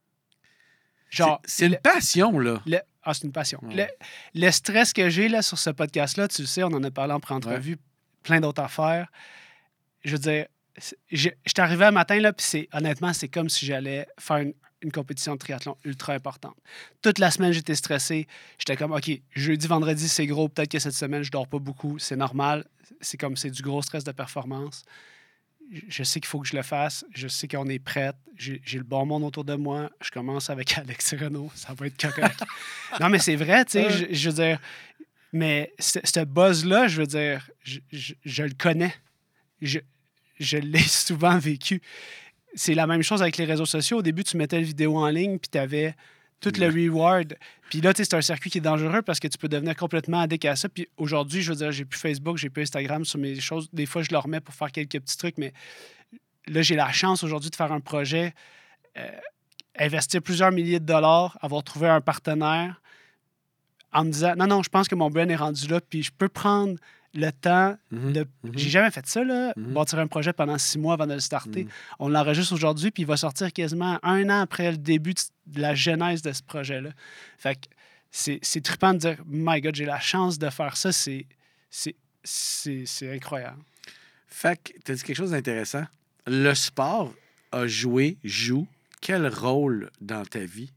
Genre, c'est, c'est le, une passion, là. Le, ah, c'est une passion. Ouais. Le, le stress que j'ai là, sur ce podcast-là, tu le sais, on en a parlé en pré-entrevue, ouais. plein d'autres affaires. Je veux dire, je suis arrivé un matin, là, puis c'est, honnêtement, c'est comme si j'allais faire une, une compétition de triathlon ultra importante. Toute la semaine, j'étais stressé. J'étais comme, OK, jeudi, vendredi, c'est gros. Peut-être que cette semaine, je dors pas beaucoup. C'est normal. C'est comme, c'est du gros stress de performance. Je sais qu'il faut que je le fasse. Je sais qu'on est prête. J'ai, j'ai le bon monde autour de moi. Je commence avec Alex Renault. Ça va être correct. Non, mais c'est vrai, tu sais. Euh... Je, je veux dire, mais ce buzz-là, je veux dire, je, je, je le connais. Je, je l'ai souvent vécu. C'est la même chose avec les réseaux sociaux. Au début, tu mettais la vidéo en ligne, puis tu avais tout le reward. Puis là, tu sais, c'est un circuit qui est dangereux parce que tu peux devenir complètement addict à ça. Puis aujourd'hui, je veux dire, j'ai plus Facebook, j'ai plus Instagram sur mes choses. Des fois, je le remets pour faire quelques petits trucs, mais là, j'ai la chance aujourd'hui de faire un projet, euh, investir plusieurs milliers de dollars, avoir trouvé un partenaire en me disant, non, non, je pense que mon brand est rendu là, puis je peux prendre le temps mm-hmm. de... Mm-hmm. J'ai jamais fait ça, là, mm-hmm. bâtir un projet pendant six mois avant de le starter. Mm-hmm. On l'enregistre aujourd'hui, puis il va sortir quasiment un an après le début de la genèse de ce projet-là. Fait que c'est, c'est trippant de dire, my God, j'ai la chance de faire ça, c'est, c'est, c'est, c'est incroyable. Fait que tu as dit quelque chose d'intéressant. Le sport a joué, joue, quel rôle dans ta vie?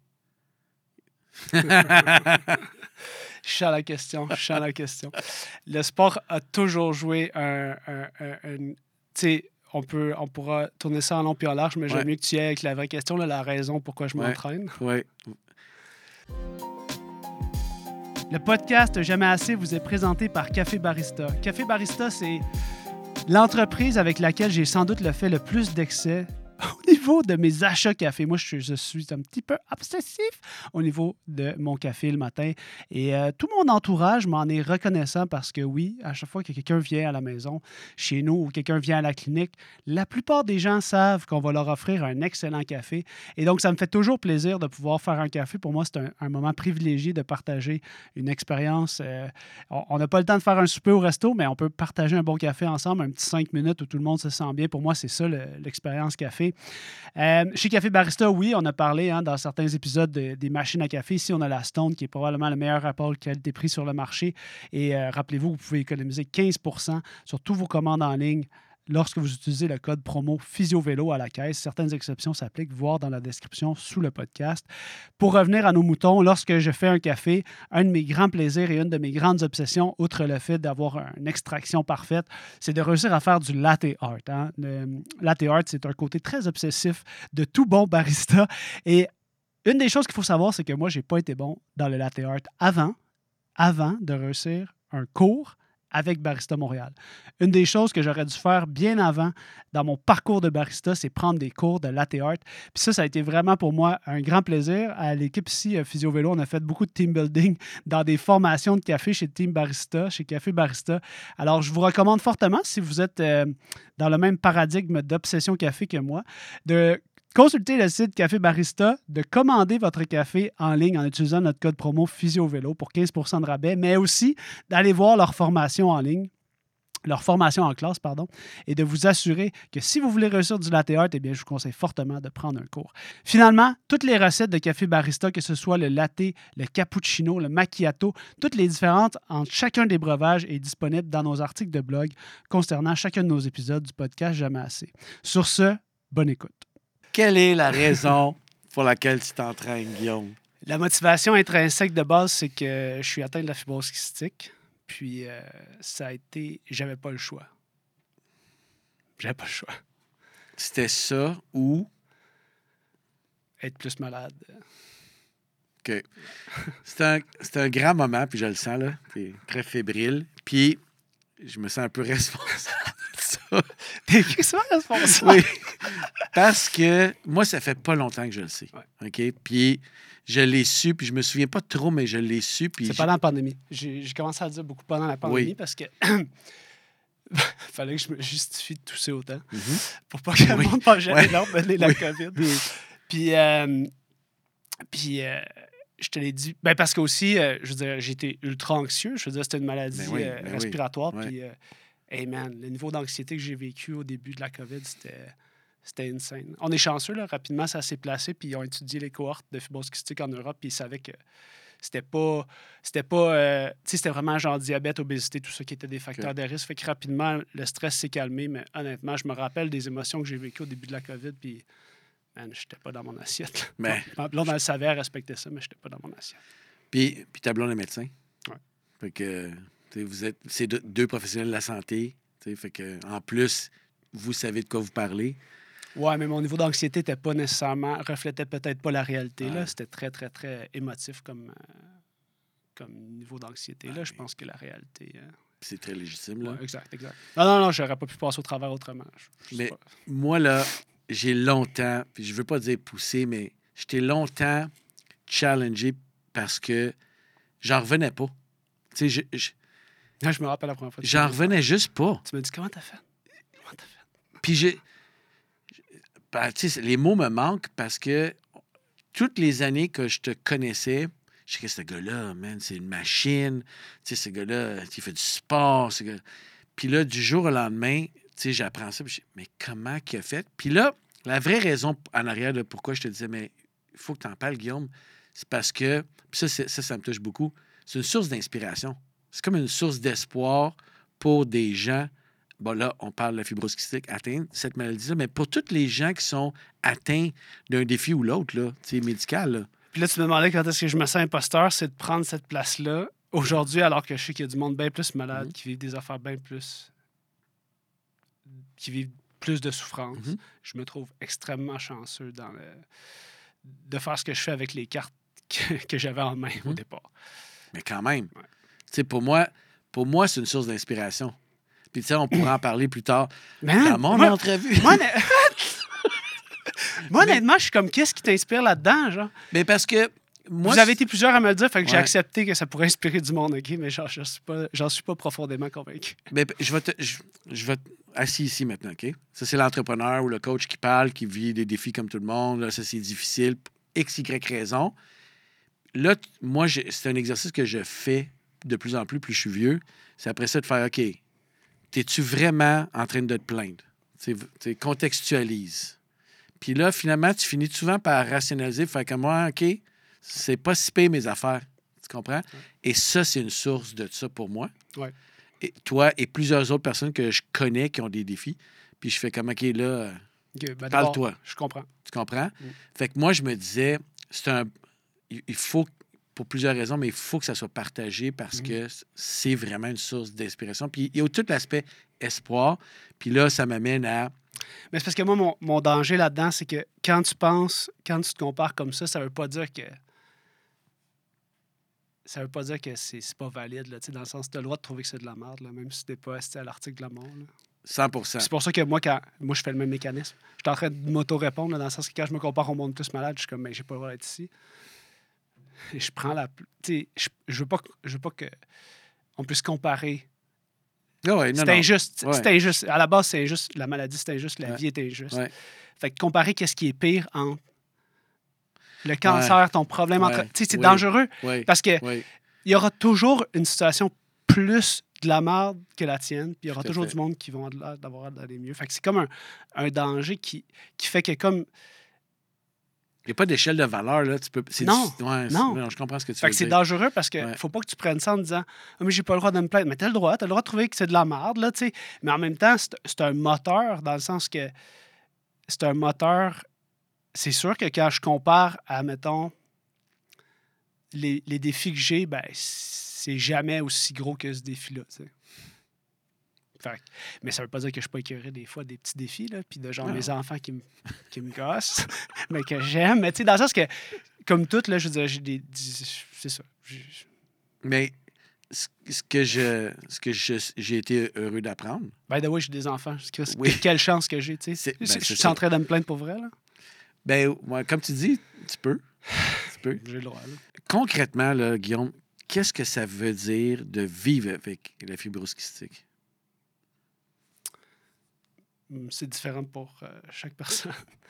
Je sens la question, je sens la question. Le sport a toujours joué un... un, un, un tu sais, on, peut, on pourra tourner ça en long puis en large, mais ouais. j'aime mieux que tu y ailles avec la vraie question, là, la raison pourquoi je m'entraîne. Ouais. ouais. Le podcast Jamais assez vous est présenté par Café Barista. Café Barista, c'est l'entreprise avec laquelle j'ai sans doute le fait le plus d'excès au niveau de mes achats café. Moi, je, je suis un petit peu obsessif au niveau de mon café le matin. Et euh, tout mon entourage m'en est reconnaissant parce que oui, à chaque fois que quelqu'un vient à la maison, chez nous, ou quelqu'un vient à la clinique, la plupart des gens savent qu'on va leur offrir un excellent café. Et donc, ça me fait toujours plaisir de pouvoir faire un café. Pour moi, c'est un, un moment privilégié de partager une expérience. Euh, on n'a pas le temps de faire un souper au resto, mais on peut partager un bon café ensemble, un petit cinq minutes où tout le monde se sent bien. Pour moi, c'est ça le, l'expérience café. Euh, chez Café Barista, oui, on a parlé hein, dans certains épisodes de, des machines à café. Ici, on a la Stone, qui est probablement le meilleur rapport qualité-prix sur le marché. Et euh, rappelez-vous, vous pouvez économiser quinze pour cent sur tous vos commandes en ligne lorsque vous utilisez le code promo PhysioVélo à la caisse. Certaines exceptions s'appliquent, voir dans la description sous le podcast. Pour revenir à nos moutons, lorsque je fais un café, un de mes grands plaisirs et une de mes grandes obsessions, outre le fait d'avoir une extraction parfaite, c'est de réussir à faire du latte art. Hein? Le latte art, c'est un côté très obsessif de tout bon barista. Et une des choses qu'il faut savoir, c'est que moi, je n'ai pas été bon dans le latte art avant, avant de réussir un cours avec Barista Montréal. Une des choses que j'aurais dû faire bien avant dans mon parcours de barista, c'est prendre des cours de latte art. Puis ça, ça a été vraiment pour moi un grand plaisir. À l'équipe ici, Physio Vélo, on a fait beaucoup de team building dans des formations de café chez Team Barista, chez Café Barista. Alors, je vous recommande fortement, si vous êtes euh, dans le même paradigme d'obsession café que moi, de consultez le site Café Barista, de commander votre café en ligne en utilisant notre code promo PhysioVélo pour quinze pour cent de rabais, mais aussi d'aller voir leur formation en ligne, leur formation en classe, pardon, et de vous assurer que si vous voulez réussir du latte art, eh bien, je vous conseille fortement de prendre un cours. Finalement, toutes les recettes de Café Barista, que ce soit le latte, le cappuccino, le macchiato, toutes les différentes entre chacun des breuvages est disponible dans nos articles de blog concernant chacun de nos épisodes du podcast Jamais assez. Sur ce, bonne écoute. Quelle est la raison pour laquelle tu t'entraînes, Guillaume? La motivation intrinsèque de base, c'est que je suis atteint de la fibrose kystique. Puis, euh, ça a été... J'avais pas le choix. J'avais pas le choix. C'était ça ou... Être plus malade. OK. C'est un, c'est un grand moment, puis je le sens, là. T'es très fébrile. Puis, je me sens un peu responsable de ça. T'es quasiment responsable? Oui. Parce que moi, ça fait pas longtemps que je le sais. Ouais. OK? Puis, je l'ai su, puis je me souviens pas trop, mais je l'ai su. Puis c'est je... pendant la pandémie. J'ai, j'ai commencé à le dire beaucoup pendant la pandémie oui. parce que fallait que je me justifie de tousser autant mm-hmm. pour pas que oui. le monde pense jamais leur donner la oui. COVID. Oui. Puis, euh, puis euh, je te l'ai dit, ben parce qu'aussi, euh, je veux dire, j'étais ultra anxieux. Je veux dire, c'était une maladie ben oui, ben euh, respiratoire. Oui. Puis, euh, hey man, le niveau d'anxiété que j'ai vécu au début de la COVID, c'était... C'était insane. On est chanceux, là. Rapidement, ça s'est placé, puis ils ont étudié les cohortes de fibrose kystique en Europe, puis ils savaient que c'était pas... C'était pas... Euh, tu sais, c'était vraiment genre diabète, obésité, tout ça qui était des facteurs okay. de risque. Fait que rapidement, le stress s'est calmé, mais honnêtement, je me rappelle des émotions que j'ai vécues au début de la COVID, puis, man, j'étais pas dans mon assiette. Mais... Ma blonde, elle savait, elle respectait ça, mais j'étais pas dans mon assiette. Puis, puis ta blonde est médecin. Oui. Fait que, vous êtes... C'est deux, deux professionnels de la santé, tu sais, fait que, en plus, vous savez de quoi vous parlez. Ouais, mais mon niveau d'anxiété n'était pas nécessairement, reflétait peut-être pas la réalité. Ouais. Là. C'était très, très, très émotif comme, euh, comme niveau d'anxiété. Ouais. Là. Je pense que la réalité... Euh... C'est très légitime, là. Ouais, exact, exact. Non, non, non, j'aurais pas pu passer au travers autrement. Je, je mais pas... moi, là, j'ai longtemps, puis je veux pas dire poussé, mais j'étais longtemps challengé parce que j'en revenais pas. Tu sais, je... je... Non, je me rappelle la première fois. J'en revenais juste pas. Tu m'as dit, comment t'as fait? Comment t'as fait? Puis j'ai... Ben, les mots me manquent parce que toutes les années que je te connaissais, je sais que ce gars-là, man, c'est une machine. Tu sais, ce gars-là, il fait du sport. Ce gars... Puis là, du jour au lendemain, tu sais, j'apprends ça. Puis je dis, mais comment qu'il a fait? Puis là, la vraie raison en arrière de pourquoi je te disais, mais il faut que tu en parles, Guillaume, c'est parce que, puis ça, ça, ça me touche beaucoup, c'est une source d'inspiration. C'est comme une source d'espoir pour des gens. Bon, là, on parle de la fibrose kystique, atteindre cette maladie-là, mais pour tous les gens qui sont atteints d'un défi ou l'autre, là, tu sais, médical, là. Puis là, tu me demandais quand est-ce que je me sens imposteur, c'est de prendre cette place-là aujourd'hui, alors que je sais qu'il y a du monde bien plus malade, mm-hmm. qui vit des affaires bien plus... qui vivent plus de souffrance. Mm-hmm. Je me trouve extrêmement chanceux dans le... de faire ce que je fais avec les cartes que, que j'avais en main mm-hmm. au départ. Mais quand même, ouais. tu sais, pour moi, pour moi, c'est une source d'inspiration. Puis, tu sais, on pourra en parler plus tard Man, dans mon moi, entrevue. Moi, moi honnêtement, je suis comme, qu'est-ce qui t'inspire là-dedans, genre? Mais parce que moi... Vous avez été plusieurs à me le dire, fait que ouais. j'ai accepté que ça pourrait inspirer du monde, OK? Mais genre, j'en suis pas, j'en suis pas profondément convaincu. Mais je vais te... Je, je vais te... Assis ici maintenant, OK? Ça, c'est l'entrepreneur ou le coach qui parle, qui vit des défis comme tout le monde. Là, ça, c'est difficile. X, Y raison. Là, moi, j'ai... c'est un exercice que je fais de plus en plus, plus je suis vieux. C'est après ça de faire, OK... T'es-tu vraiment en train de te plaindre? Tu sais, contextualise. Puis là, finalement, tu finis souvent par rationaliser, faire comme moi, OK, c'est pas si pire mes affaires. Tu comprends? Ouais. Et ça, c'est une source de ça pour moi. Ouais. et, toi et plusieurs autres personnes que je connais qui ont des défis. Puis je fais comme, OK, là, euh, Okay, ben parle-toi. Je comprends. Tu comprends? Mm. Fait que moi, je me disais, c'est un... Il faut, pour plusieurs raisons, mais il faut que ça soit partagé parce Mm. que c'est vraiment une source d'inspiration. Puis il y a tout l'aspect espoir. Puis là, ça m'amène à... Mais c'est parce que moi, mon, mon danger là-dedans, c'est que quand tu penses, quand tu te compares comme ça, ça veut pas dire que... Ça veut pas dire que c'est, c'est pas valide, là, dans le sens, tu as le droit de trouver que c'est de la merde, là, même si t'es pas resté à l'article de la mort. Là. cent pour cent. C'est pour ça que moi, quand moi, je fais le même mécanisme. Je suis en train de m'auto-répondre, là, dans le sens que quand je me compare au monde plus malade, je suis comme, mais j'ai pas le droit d'être ici. Et je prends la... Tu sais, je, je veux pas, je veux pas que on puisse comparer. Ah ouais, non, c'est non. injuste. Ouais. C'est injuste. À la base, c'est injuste. La maladie, c'est injuste. La Ouais. vie est injuste. Ouais. Fait que comparer qu'est-ce qui est pire entre le cancer, Ouais. ton problème Ouais. entre... Tu sais, c'est Oui. dangereux Oui. parce que Oui. il y aura toujours une situation plus de la merde que la tienne, puis il y aura Tout à toujours fait. du du monde qui vont avoir d'aller mieux. Fait que c'est comme un, un danger qui, qui fait que comme... Il n'y a pas d'échelle de valeur, là. Tu peux... c'est Non, du... ouais, non. non. Je comprends ce que tu Fait veux que c'est dire. dangereux parce que Ouais. faut pas que tu prennes ça en disant « Ah, mais j'ai pas le droit de me plaindre. » Mais t'as le droit. T'as le droit de trouver que c'est de la merde, là, tu sais. Mais en même temps, c'est, c'est un moteur dans le sens que c'est un moteur... C'est sûr que quand je compare à, mettons, les, les défis que j'ai, ben c'est jamais aussi gros que ce défi-là, tu sais. Fait que- mais ça veut pas dire que je suis pas écœuré des fois des petits défis, là, puis de genre Non. mes enfants qui me, qui me gossent, mais que j'aime. Mais tu sais, dans le sens que, comme tout, là, je veux dire, j'ai des... C'est ça. J'ai- Mais ce ce que je, ce que je, j'ai été heureux d'apprendre, By the way, j'ai des enfants. Chris, Oui. Quelle chance que j'ai, tu sais. C'est- ben, je c'est suis ça. en train de me plaindre pour vrai, là. ben, ouais, comme tu dis, tu peux. Tu peux. J'ai le droit, là. Concrètement, là, Guillaume, qu'est-ce que ça veut dire de vivre avec la fibrose kystique? Hum, C'est différent pour euh, chaque personne.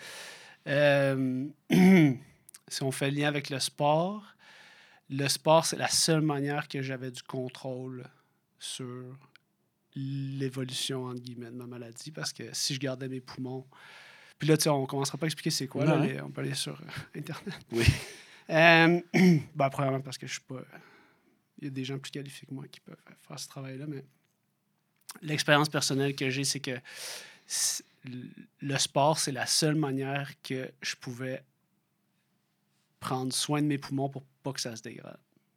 Euh, si on fait le lien avec le sport, le sport, c'est la seule manière que j'avais du contrôle sur l'évolution, entre guillemets, de ma maladie. Parce que si je gardais mes poumons... Puis là, tu sais, on ne commencera pas à expliquer c'est quoi. Là, Non. les- on peut aller sur euh, Internet. Oui. Euh, ben, premièrement, parce que je suis pas... Il y a des gens plus qualifiés que moi qui peuvent faire ce travail-là, mais l'expérience personnelle que j'ai, c'est que c'est- le sport, c'est la seule manière que je pouvais prendre soin de mes poumons pour pas que ça se dégrade.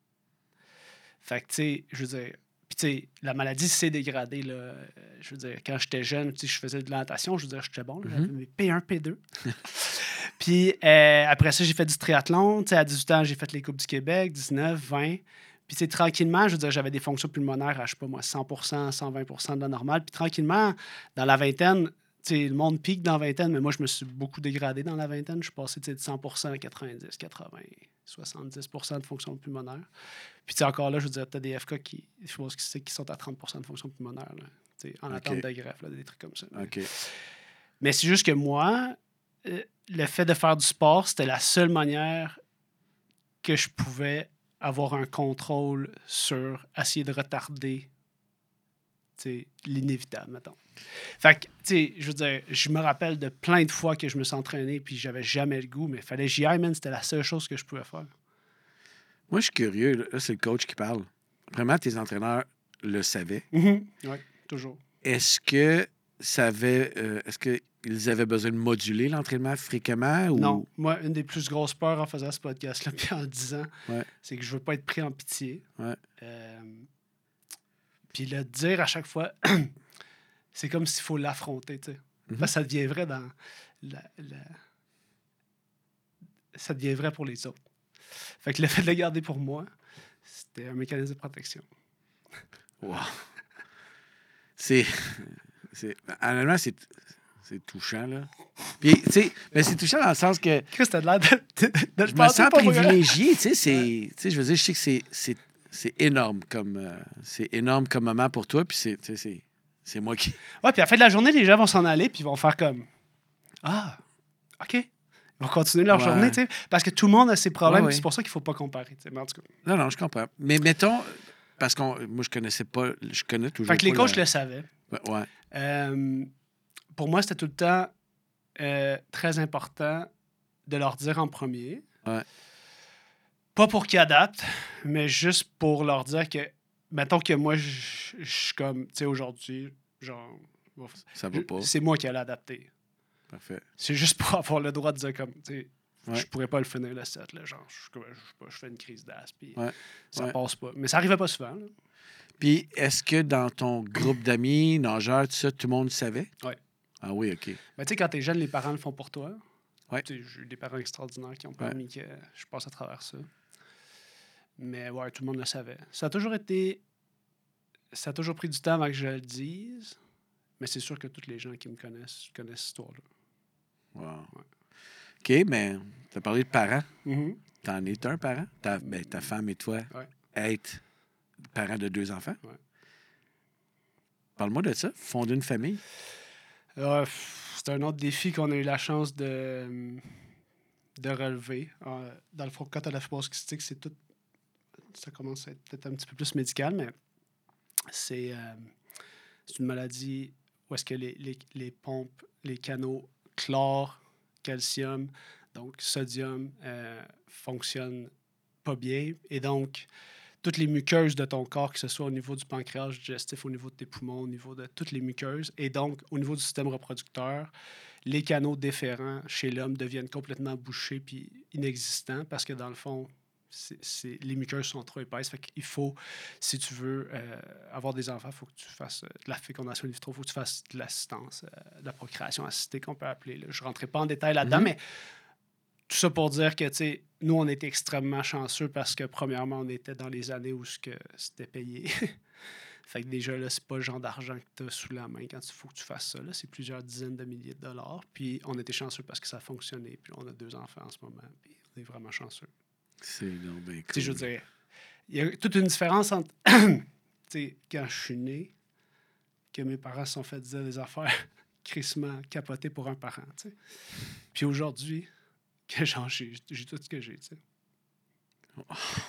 Fait que, tu sais, je veux dire... Puis, tu sais, la maladie s'est dégradée, là. Euh, Je veux dire, quand j'étais jeune, tu sais, je faisais de la natation, je veux dire, j'étais bon, là, j'avais Mhm. mes P un, P deux. Puis, euh, après ça, j'ai fait du triathlon. Tu sais, à dix-huit ans, j'ai fait les Coupes du Québec, dix-neuf, vingt. Puis, tu sais, tranquillement, je veux dire, j'avais des fonctions pulmonaires à, je sais pas moi, cent pour cent, cent vingt pour cent de la normale. Puis, tranquillement, dans la vingtaine, tu sais, le monde pique dans la vingtaine, mais moi, je me suis beaucoup dégradé dans la vingtaine. Je suis passé, tu sais, de cent pour cent à quatre-vingt-dix, quatre-vingts, soixante-dix pour cent de fonctions pulmonaires. Puis, tu sais, encore là, je veux dire, tu as des F K qui, je pense, qui, qui sont à trente pour cent de fonctions pulmonaires, là, tu sais, en OK. attente de greffe, là, des trucs comme ça. OK. Mais c'est juste que moi, euh, le fait de faire du sport, c'était la seule manière que je pouvais avoir un contrôle sur essayer de retarder tu sais, l'inévitable, mettons. Fait que, tu sais, je veux dire, je me rappelle de plein de fois que je me suis entraîné puis j'avais jamais le goût, mais il fallait que j'y aille, man. C'était la seule chose que je pouvais faire. Moi, je suis curieux. Là, Là, c'est le coach qui parle. Vraiment, tes entraîneurs le savaient. Oui, toujours. Est-ce que ça avait... euh, est-ce qu'ils avaient besoin de moduler l'entraînement fréquemment? Ou... Non, moi, une des plus grosses peurs en faisant ce podcast-là puis en le disant, Ouais. c'est que je veux pas être pris en pitié. Ouais. Euh, Puis le dire à chaque fois, c'est comme s'il faut l'affronter, tu sais. Mhm. Parce que ça devient vrai dans la, la- ça devient vrai pour les autres. Fait que le fait de le garder pour moi, c'était un mécanisme de protection. Wow. C'est... c'est... Honnêtement, c'est... c'est touchant, là. Puis, tu sais, mais c'est touchant dans le sens que Chris, t'as de l'air de, de, de je me penser sens pas vrai. privilégié, tu sais, c'est... Tu sais, je veux dire, je sais que c'est... c'est... c'est énorme comme... euh, c'est énorme comme moment pour toi, puis c'est... tu sais, c'est... c'est moi qui... Ouais, puis à la fin de la journée, les gens vont s'en aller puis ils vont faire comme ah, OK. Ils vont continuer leur Ouais. journée, tu sais. Parce que tout le monde a ses problèmes, Ouais, puis ouais. c'est pour ça qu'il faut pas comparer, tu sais. Mais en tout cas. Non, non, je comprends. Mais mettons... Parce que moi, je connaissais pas... Je connais toujours Fait que les pas coachs la- le savaient. Ouais, ouais. Euh, pour moi, c'était tout le temps euh, très important de leur dire en premier. Ouais. Pas pour qu'ils adaptent, mais juste pour leur dire que mettons que moi, je je suis comme, tu sais, aujourd'hui, genre, bon, Ça va pas. c'est moi qui allais adapter. Parfait. C'est juste pour avoir le droit de dire comme, tu sais, Ouais. je pourrais pas le finir le set, là, genre, je, je, je, sais pas, je fais une crise d'as, puis Ouais. ça Ouais. passe pas. Mais ça arrivait pas souvent, là. Puis, est-ce que dans ton groupe d'amis, nageurs, tout ça, tout le monde savait? Oui. Ah oui, OK. Mais tu sais, quand t'es jeune, les parents le font pour toi. Ouais. Tu sais, j'ai eu des parents extraordinaires qui ont permis ouais. que je passe à travers ça. Mais ouais, tout le monde le savait. Ça a toujours été... Ça a toujours pris du temps avant que je le dise, mais c'est sûr que tous les gens qui me connaissent connaissent cette histoire-là. Wow. Ouais. OK, mais tu as parlé de parents. Mm-hmm. T'en es un parent? Ta, ben, ta femme et toi ouais. être parents de deux enfants? Ouais. Parle-moi de ça, fonder une famille. Euh, c'est un autre défi qu'on a eu la chance de, de relever. Euh, dans le fond, quand tu as la fibrose kystique, c'est tout... Ça commence à être peut-être un petit peu plus médical, mais c'est, euh, c'est une maladie où est-ce que les, les, les pompes, les canaux chlore, calcium, donc sodium, euh, fonctionnent pas bien. Et donc, toutes les muqueuses de ton corps, que ce soit au niveau du pancréas digestif, au niveau de tes poumons, au niveau de toutes les muqueuses, et donc au niveau du système reproducteur, les canaux déférents chez l'homme deviennent complètement bouchés puis inexistants parce que dans le fond, c'est, c'est, les muqueuses sont trop épaisses. Fait qu'il faut, si tu veux euh, avoir des enfants, il faut que tu fasses euh, de la fécondation in vitro, il faut que tu fasses de l'assistance, euh, de la procréation assistée qu'on peut appeler. Là. Je ne rentrerai pas en détail là-dedans, mm-hmm. mais tout ça pour dire que, tu sais, nous, on était extrêmement chanceux parce que, premièrement, on était dans les années où ce que c'était payé. Fait que déjà, là, c'est pas le genre d'argent que tu as sous la main quand il faut que tu fasses ça. Là. C'est plusieurs dizaines de milliers de dollars. Puis on était chanceux parce que ça a fonctionné. Puis on a deux enfants en ce moment. Puis on est vraiment chanceux. C'est donc bien cool. Tu sais, je veux dire, il y a toute une différence entre, tu sais, quand je suis né, que mes parents se sont fait dire des affaires crissement capotées pour un parent, tu sais. Puis aujourd'hui, que genre, j'ai, j'ai tout ce que j'ai, tu sais. Oh.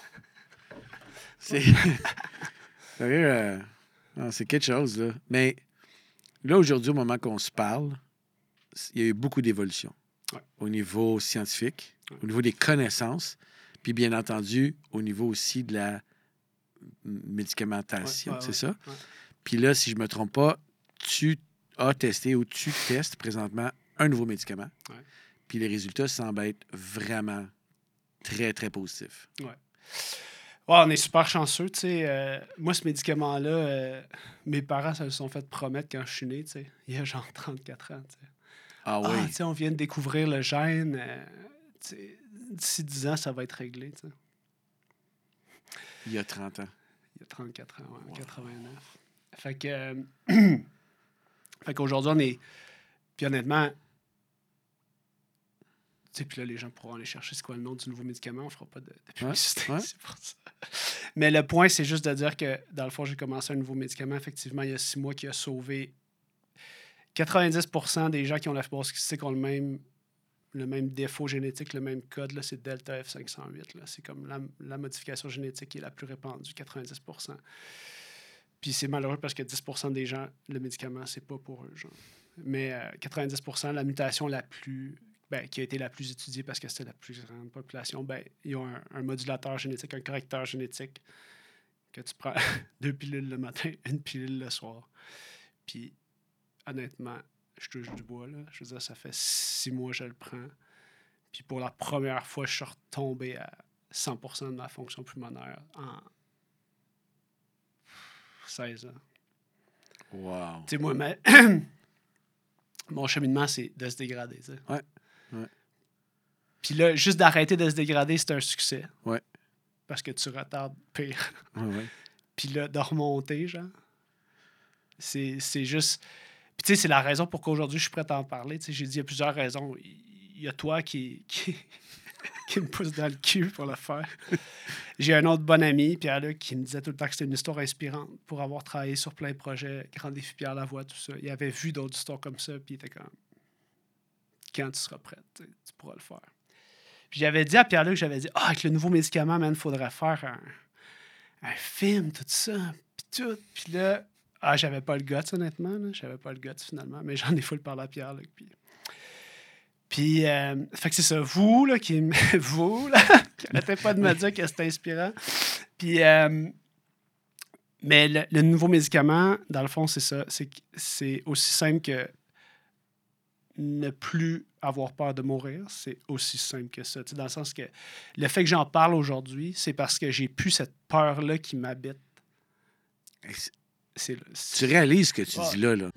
C'est... euh, non, c'est quelque chose, là. Mais là, aujourd'hui, au moment qu'on se parle, il y a eu beaucoup d'évolution ouais. au niveau scientifique, ouais. au niveau des connaissances, puis bien entendu, au niveau aussi de la médicamentation, ouais, ouais, c'est ouais, ça? Ouais. Puis là, si je ne me trompe pas, tu as testé ou tu testes présentement un nouveau médicament. Ouais. Puis les résultats semblent être vraiment très, très positifs. Ouais. Ouais, on est super chanceux, tu sais. Euh, moi, ce médicament-là, euh, mes parents se le sont fait promettre quand je suis né, tu sais. Il y a genre trente-quatre ans, tu sais. Ah oui? Ah, tu sais, on vient de découvrir le gène. Euh, tu sais, d'ici dix ans, ça va être réglé, tu sais. Il y a trente ans. Il y a trente-quatre ans, ouais, wow. quatre-vingt-neuf. Fait que... Euh, fait qu'aujourd'hui, on est... Puis honnêtement... Tu sais, puis là, les gens pourront aller chercher c'est quoi le nom du nouveau médicament. On ne fera pas de, de publicité. Ouais, ouais. C'est pour ça. Mais le point, c'est juste de dire que, dans le fond, j'ai commencé un nouveau médicament, effectivement, il y a six mois, qui a sauvé quatre-vingt-dix pour cent des gens qui ont la fibrose kystique ont le même, le même défaut génétique, le même code. Là, c'est Delta F cinq cent huit. Là. C'est comme la, la modification génétique qui est la plus répandue, quatre-vingt-dix pour cent. Puis c'est malheureux parce que dix pour cent des gens, le médicament, c'est pas pour eux. Genre. Mais euh, quatre-vingt-dix pour cent, la mutation la plus... Ben, qui a été la plus étudiée parce que c'était la plus grande population, ben, ils ont un, un modulateur génétique, un correcteur génétique que tu prends deux pilules le matin, une pilule le soir. Puis, honnêtement, je touche du bois, là. Je veux dire, ça fait six mois que je le prends. Puis, pour la première fois, je suis retombé à cent pour cent de ma fonction pulmonaire en seize ans. Wow. Tu sais, moi, mais mon cheminement, c'est de se dégrader, tu sais. Ouais. Ouais. Puis là, juste d'arrêter de se dégrader, c'est un succès. Ouais. Parce que tu retardes pire. Ouais, ouais. Puis là, de remonter, genre, c'est, c'est juste... Puis tu sais, c'est la raison pour qu'aujourd'hui, je suis prêt à en parler. Tu sais, j'ai dit, il y a plusieurs raisons. Il y a toi qui, qui, qui me pousse dans le cul pour le faire. J'ai un autre bon ami, Pierre-Luc, qui me disait tout le temps que c'était une histoire inspirante pour avoir travaillé sur plein de projets, Grand Défi Pierre Lavoie, tout ça. Il avait vu d'autres histoires comme ça, puis il était comme... Quand tu seras prête, tu pourras le faire. Puis j'avais dit à Pierre-Luc, j'avais dit, ah, avec le nouveau médicament, man, il faudrait faire un, un film, tout ça, puis tout. Puis là, ah, j'avais pas le guts, honnêtement, là. J'avais pas le guts, finalement, mais j'en ai full parlé à Pierre-Luc. Puis, puis euh, fait que c'est ça, vous, là, qui vous, là, qui arrêtez pas de me dire que c'était inspirant. Puis, euh, Mais le, le nouveau médicament, dans le fond, c'est ça. C'est, c'est aussi simple que ne plus avoir peur de mourir. C'est aussi simple que ça. Tu sais, dans le sens que le fait que j'en parle aujourd'hui, c'est parce que j'ai plus cette peur-là qui m'habite. C'est, c'est... Tu réalises ce que tu ah. dis là, là.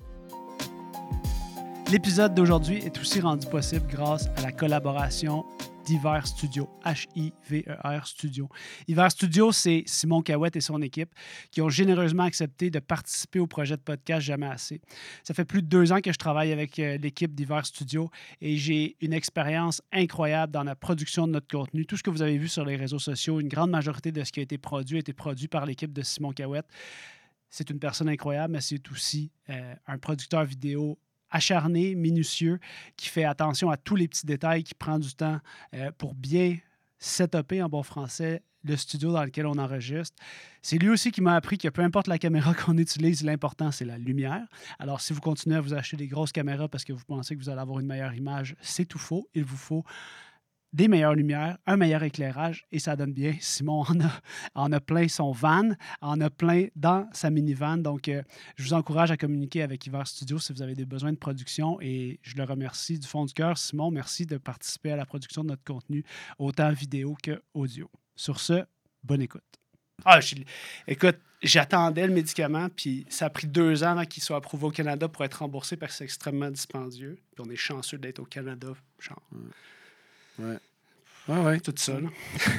L'épisode d'aujourd'hui est aussi rendu possible grâce à la collaboration d'Hiver Studio, H I V E R Studio. Hiver Studio, c'est Simon Cahouette et son équipe qui ont généreusement accepté de participer au projet de podcast Jamais assez. Ça fait plus de deux ans que je travaille avec euh, l'équipe d'Hiver Studio et j'ai une expérience incroyable dans la production de notre contenu. Tout ce que vous avez vu sur les réseaux sociaux, une grande majorité de ce qui a été produit a été produit par l'équipe de Simon Cahouette. C'est une personne incroyable, mais c'est aussi euh, un producteur vidéo acharné, minutieux, qui fait attention à tous les petits détails, qui prend du temps euh, pour bien setuper en bon français le studio dans lequel on enregistre. C'est lui aussi qui m'a appris que peu importe la caméra qu'on utilise, l'important, c'est la lumière. Alors, si vous continuez à vous acheter des grosses caméras parce que vous pensez que vous allez avoir une meilleure image, c'est tout faux. Il vous faut des meilleures lumières, un meilleur éclairage, et ça donne bien. Simon en a, en a plein son van, en a plein dans sa minivan. Donc, euh, je vous encourage à communiquer avec Hiver Studio si vous avez des besoins de production, et je le remercie du fond du cœur. Simon, merci de participer à la production de notre contenu, autant vidéo qu'audio. Sur ce, bonne écoute. Ah, je, écoute, j'attendais le médicament, puis ça a pris deux ans avant qu'il soit approuvé au Canada pour être remboursé parce que c'est extrêmement dispendieux. Puis on est chanceux d'être au Canada, genre... Mm. Ouais. Ouais, ouais. Tout ça, là.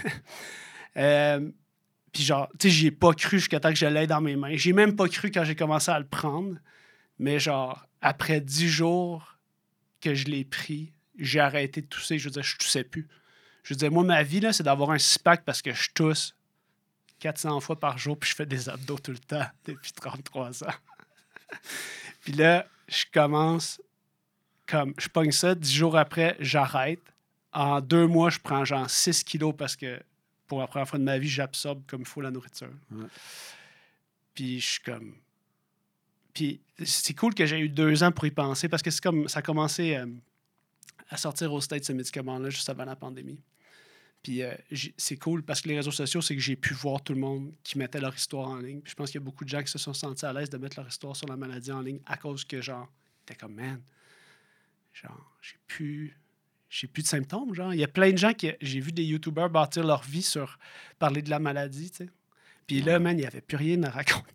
euh, Puis genre, tu sais, j'y ai pas cru jusqu'à temps que je l'ai dans mes mains. J'ai même pas cru quand j'ai commencé à le prendre. Mais genre, après dix jours que je l'ai pris, j'ai arrêté de tousser. Je veux dire, je toussais plus. Je veux dire, moi, ma vie, là, c'est d'avoir un six-pack parce que je tousse quatre cents fois par jour puis je fais des abdos tout le temps depuis trente-trois ans. Puis là, je commence comme, je pogne ça, dix jours après, j'arrête. En deux mois, je prends genre six kilos parce que pour la première fois de ma vie, j'absorbe comme il faut la nourriture. Ouais. Puis je suis comme... Puis c'est cool que j'ai eu deux ans pour y penser parce que c'est comme ça a commencé euh, à sortir au States, ce médicament-là, juste avant la pandémie. Puis euh, c'est cool parce que les réseaux sociaux, c'est que j'ai pu voir tout le monde qui mettait leur histoire en ligne. Puis je pense qu'il y a beaucoup de gens qui se sont sentis à l'aise de mettre leur histoire sur la maladie en ligne à cause que, genre, t'es comme, man, genre, j'ai pu... J'ai plus de symptômes, genre. Il y a plein de gens qui... J'ai vu des YouTubers bâtir leur vie sur parler de la maladie, tu sais. Puis là, man, il n'y avait plus rien à raconter.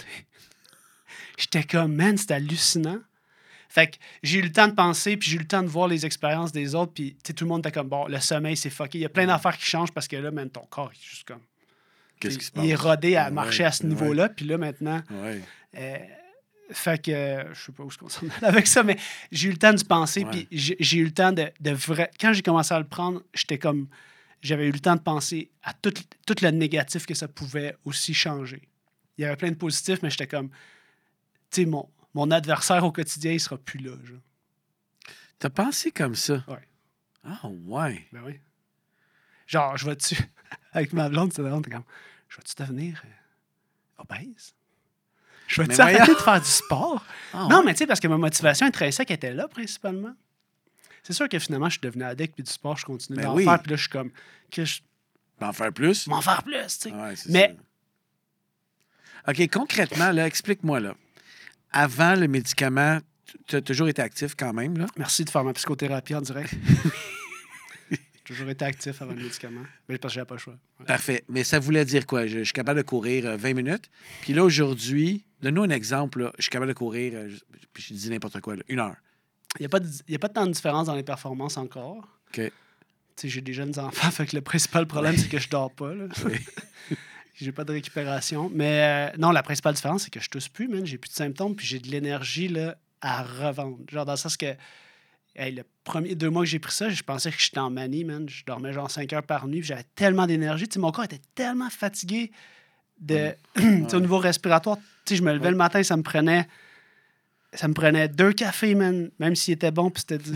J'étais comme, man, c'est hallucinant. Fait que j'ai eu le temps de penser, puis j'ai eu le temps de voir les expériences des autres, puis tu sais, tout le monde était comme, bon, le sommeil, c'est fucké. Il y a plein d'affaires qui changent parce que là, man, ton corps est juste comme... Qu'est-ce qui se passe? Il est rodé à ouais, marcher à ce ouais. niveau-là, puis là, maintenant... Ouais. Euh, Fait que, euh, je sais pas où je s'en allait avec ça, mais j'ai eu le temps d'y penser, ouais. puis j'ai, j'ai eu le temps de, de vrai... Quand j'ai commencé à le prendre, j'étais comme... J'avais eu le temps de penser à tout, tout le négatif que ça pouvait aussi changer. Il y avait plein de positifs, mais j'étais comme... Tu sais, mon, mon adversaire au quotidien, il sera plus là, genre. T'as pensé comme ça? Ouais. Ah, oh, ouais. Ben oui. Genre, je vais-tu... Avec ma blonde, c'est drôle, t'es comme... Je vais-tu devenir euh, obèse? Je vais-tu arrêter de faire du sport? Ah, non, ouais. Mais tu sais, parce que ma motivation intrinsèque était là, principalement. C'est sûr que finalement, je suis devenu addict, puis du sport, je continue ben d'en oui. faire, puis là, je suis comme... Que je... En faire plus? M'en faire plus, tu sais. Ouais, mais... Ça. OK, concrètement, là, explique-moi, là. Avant le médicament, tu as toujours été actif quand même, là? Merci de faire ma psychothérapie en direct. J'ai toujours été actif avant le médicament. Mais parce que j'avais pas le choix. Ouais. Parfait. Mais ça voulait dire quoi? Je, je suis capable de courir vingt minutes. Puis là, aujourd'hui, donne-nous un exemple. Là. Je suis capable de courir, euh, puis je dis n'importe quoi, là, une heure. Il n'y a, a pas tant de différence dans les performances encore. OK. Tu sais, j'ai des jeunes enfants, fait que le principal problème, c'est que je dors pas. Là. Oui. J'ai pas de récupération. Mais euh, non, la principale différence, c'est que je tousse plus, man. J'ai plus de symptômes, puis j'ai de l'énergie là, à revendre. Genre dans le sens que hey, le premier deux mois que j'ai pris ça, je pensais que j'étais en manie, man. Je dormais genre cinq heures par nuit, puis j'avais tellement d'énergie. Tu sais, mon corps était tellement fatigué de, mmh. ouais. Au niveau respiratoire. Tu sais, je me levais ouais. le matin, ça me prenait ça me prenait deux cafés, man, même s'il était bon, puis c'était...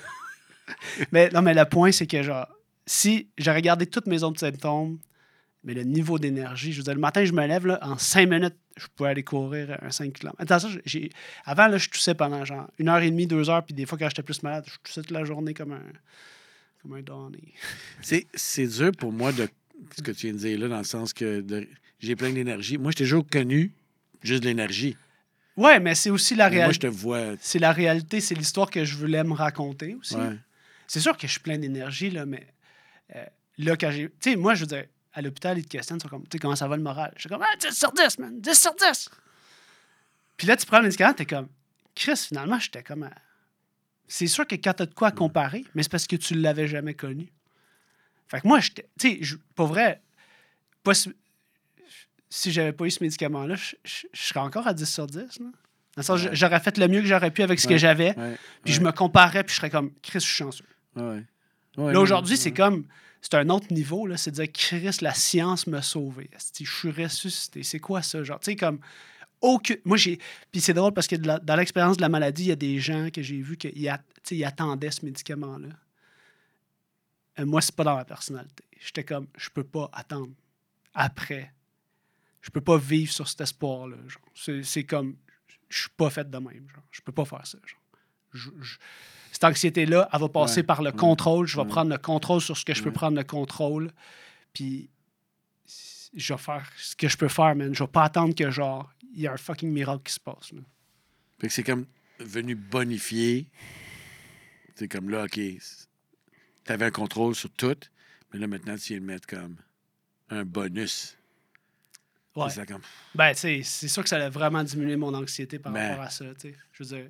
mais non, mais le point, c'est que genre, si j'ai regardé tous mes autres symptômes, mais le niveau d'énergie, je veux dire, le matin, je me lève, là, en cinq minutes, je pouvais aller courir un cinq kilomètres. Attention, j'ai... Avant, là, je toussais pendant genre une heure et demie, deux heures, puis des fois, quand j'étais plus malade, je toussais toute la journée comme un, comme un donné. C'est, c'est dur pour moi de ce que tu viens de dire là, dans le sens que de... j'ai plein d'énergie. Moi, je t'ai toujours connu juste de l'énergie. Ouais, mais c'est aussi la Mais moi, je réalité. te vois... C'est la réalité, c'est l'histoire que je voulais me raconter aussi. Ouais. C'est sûr que je suis plein d'énergie, là, mais euh, là, quand j'ai... Tu sais, moi, je veux dire, à l'hôpital, ils te questionnent, ils sont comme, tu sais, comment ça va le moral? Je suis comme, ah, dix sur dix, man, dix sur dix! Puis là, tu prends le médicament, t'es comme, Chris, finalement, j'étais comme... à- C'est sûr que quand t'as de quoi à comparer, mais c'est parce que tu l'avais jamais connu. Fait que moi, j'étais... Tu sais, je- pour vrai, pas si, si j'avais pas eu ce médicament-là, je, je- je serais encore à dix sur dix, là. Dans le sens, Ouais. j'aurais fait le mieux que j'aurais pu avec ce Ouais, que j'avais, ouais, puis ouais, je me comparais, puis je serais comme, Chris, je suis chanceux. ouais, ouais. Ouais, Là, non, aujourd'hui, non, c'est ouais. comme... C'est un autre niveau, là. C'est de dire, Chris, la science m'a sauvé. Esti, je suis ressuscité. C'est quoi ça, genre? Tu sais, comme... Aucune... Moi, j'ai... Puis c'est drôle parce que de la- dans l'expérience de la maladie, il y a des gens que j'ai vus qui a... tu sais, ils attendaient ce médicament-là. Euh, moi, c'est pas dans ma personnalité. J'étais comme, je peux pas attendre après. Je peux pas vivre sur cet espoir-là. genre. C'est, c'est comme, je suis pas fait de même. Genre. Je peux pas faire ça. Genre. Je- je- Cette anxiété-là, elle va passer Ouais, par le ouais, contrôle. Je vais ouais. prendre le contrôle sur ce que je peux Ouais. prendre le contrôle. Puis, je vais faire ce que je peux faire, man. Je vais pas attendre que, genre, il y a un fucking miracle qui se passe. Là. Fait que c'est comme venu bonifier. C'est comme là, OK, t'avais un contrôle sur tout, mais là, maintenant, tu viens de mettre comme un bonus. Ouais. C'est ça comme... Ben, tu sais, c'est sûr que ça a vraiment diminué mon anxiété par Ben. rapport à ça, tu sais. Je veux dire...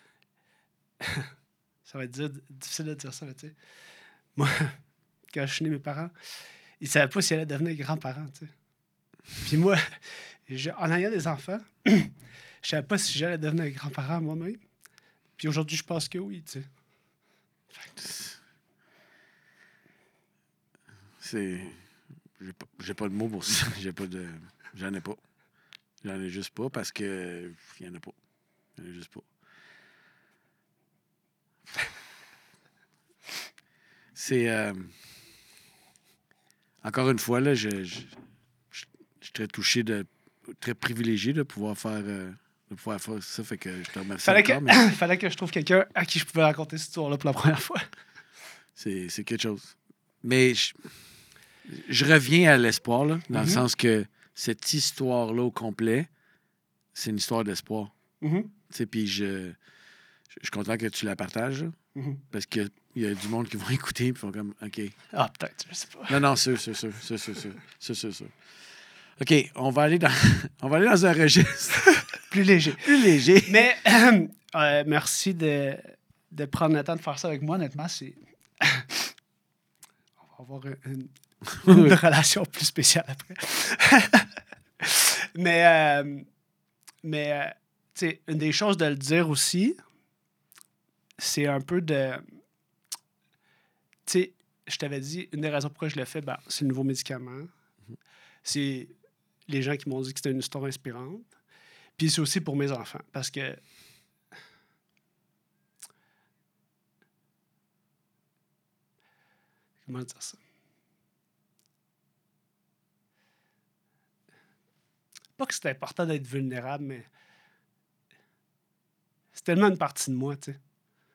ça va être dire- difficile de dire ça, mais tu sais. Moi, quand je suis né, mes parents, ils savaient pas s'ils allaient devenir grands-parents, tu sais. Puis moi, je- en ayant des enfants, je savais pas si j'allais devenir grand-parent moi-même. Puis aujourd'hui, je pense que oui, tu sais. C'est... J'ai pas, j'ai pas de mots pour ça. J'ai pas de... J'en ai pas. J'en ai juste pas parce que... Il y en a pas. Il y en a juste pas. C'est... euh, Encore une fois, là, je, je, je, je suis très touché, de, très privilégié de pouvoir faire... euh, de pouvoir faire ça, fait que je te remercie Fallait que, encore, mais fallait que je trouve quelqu'un à qui je pouvais raconter cette histoire-là pour la première fois. c'est, c'est quelque chose. Mais je, je reviens à l'espoir, là, dans Mhm. le sens que cette histoire-là au complet, c'est une histoire d'espoir. Mhm. Tu sais, puis je, je suis content que tu la partages, là, Mhm. parce qu'il y a du monde qui vont écouter et font comme, OK. Ah, peut-être, je sais pas. Non, non, sûr, sûr, sûr, sûr, sûr, sûr, sûr, sûr, sûr. OK, on va aller dans, on va aller dans un registre Plus léger. plus léger. Mais euh, merci de, de prendre le temps de faire ça avec moi. Honnêtement, c'est. On va avoir une, une relation plus spéciale après. mais, euh, mais euh, tu sais, une des choses de le dire aussi, c'est un peu de. Tu sais, je t'avais dit, une des raisons pourquoi je l'ai fait, ben, c'est le nouveau médicament. C'est les gens qui m'ont dit que c'était une histoire inspirante. Puis c'est aussi pour mes enfants, parce que comment dire ça? Pas que c'est important d'être vulnérable, mais c'est tellement une partie de moi, tu sais.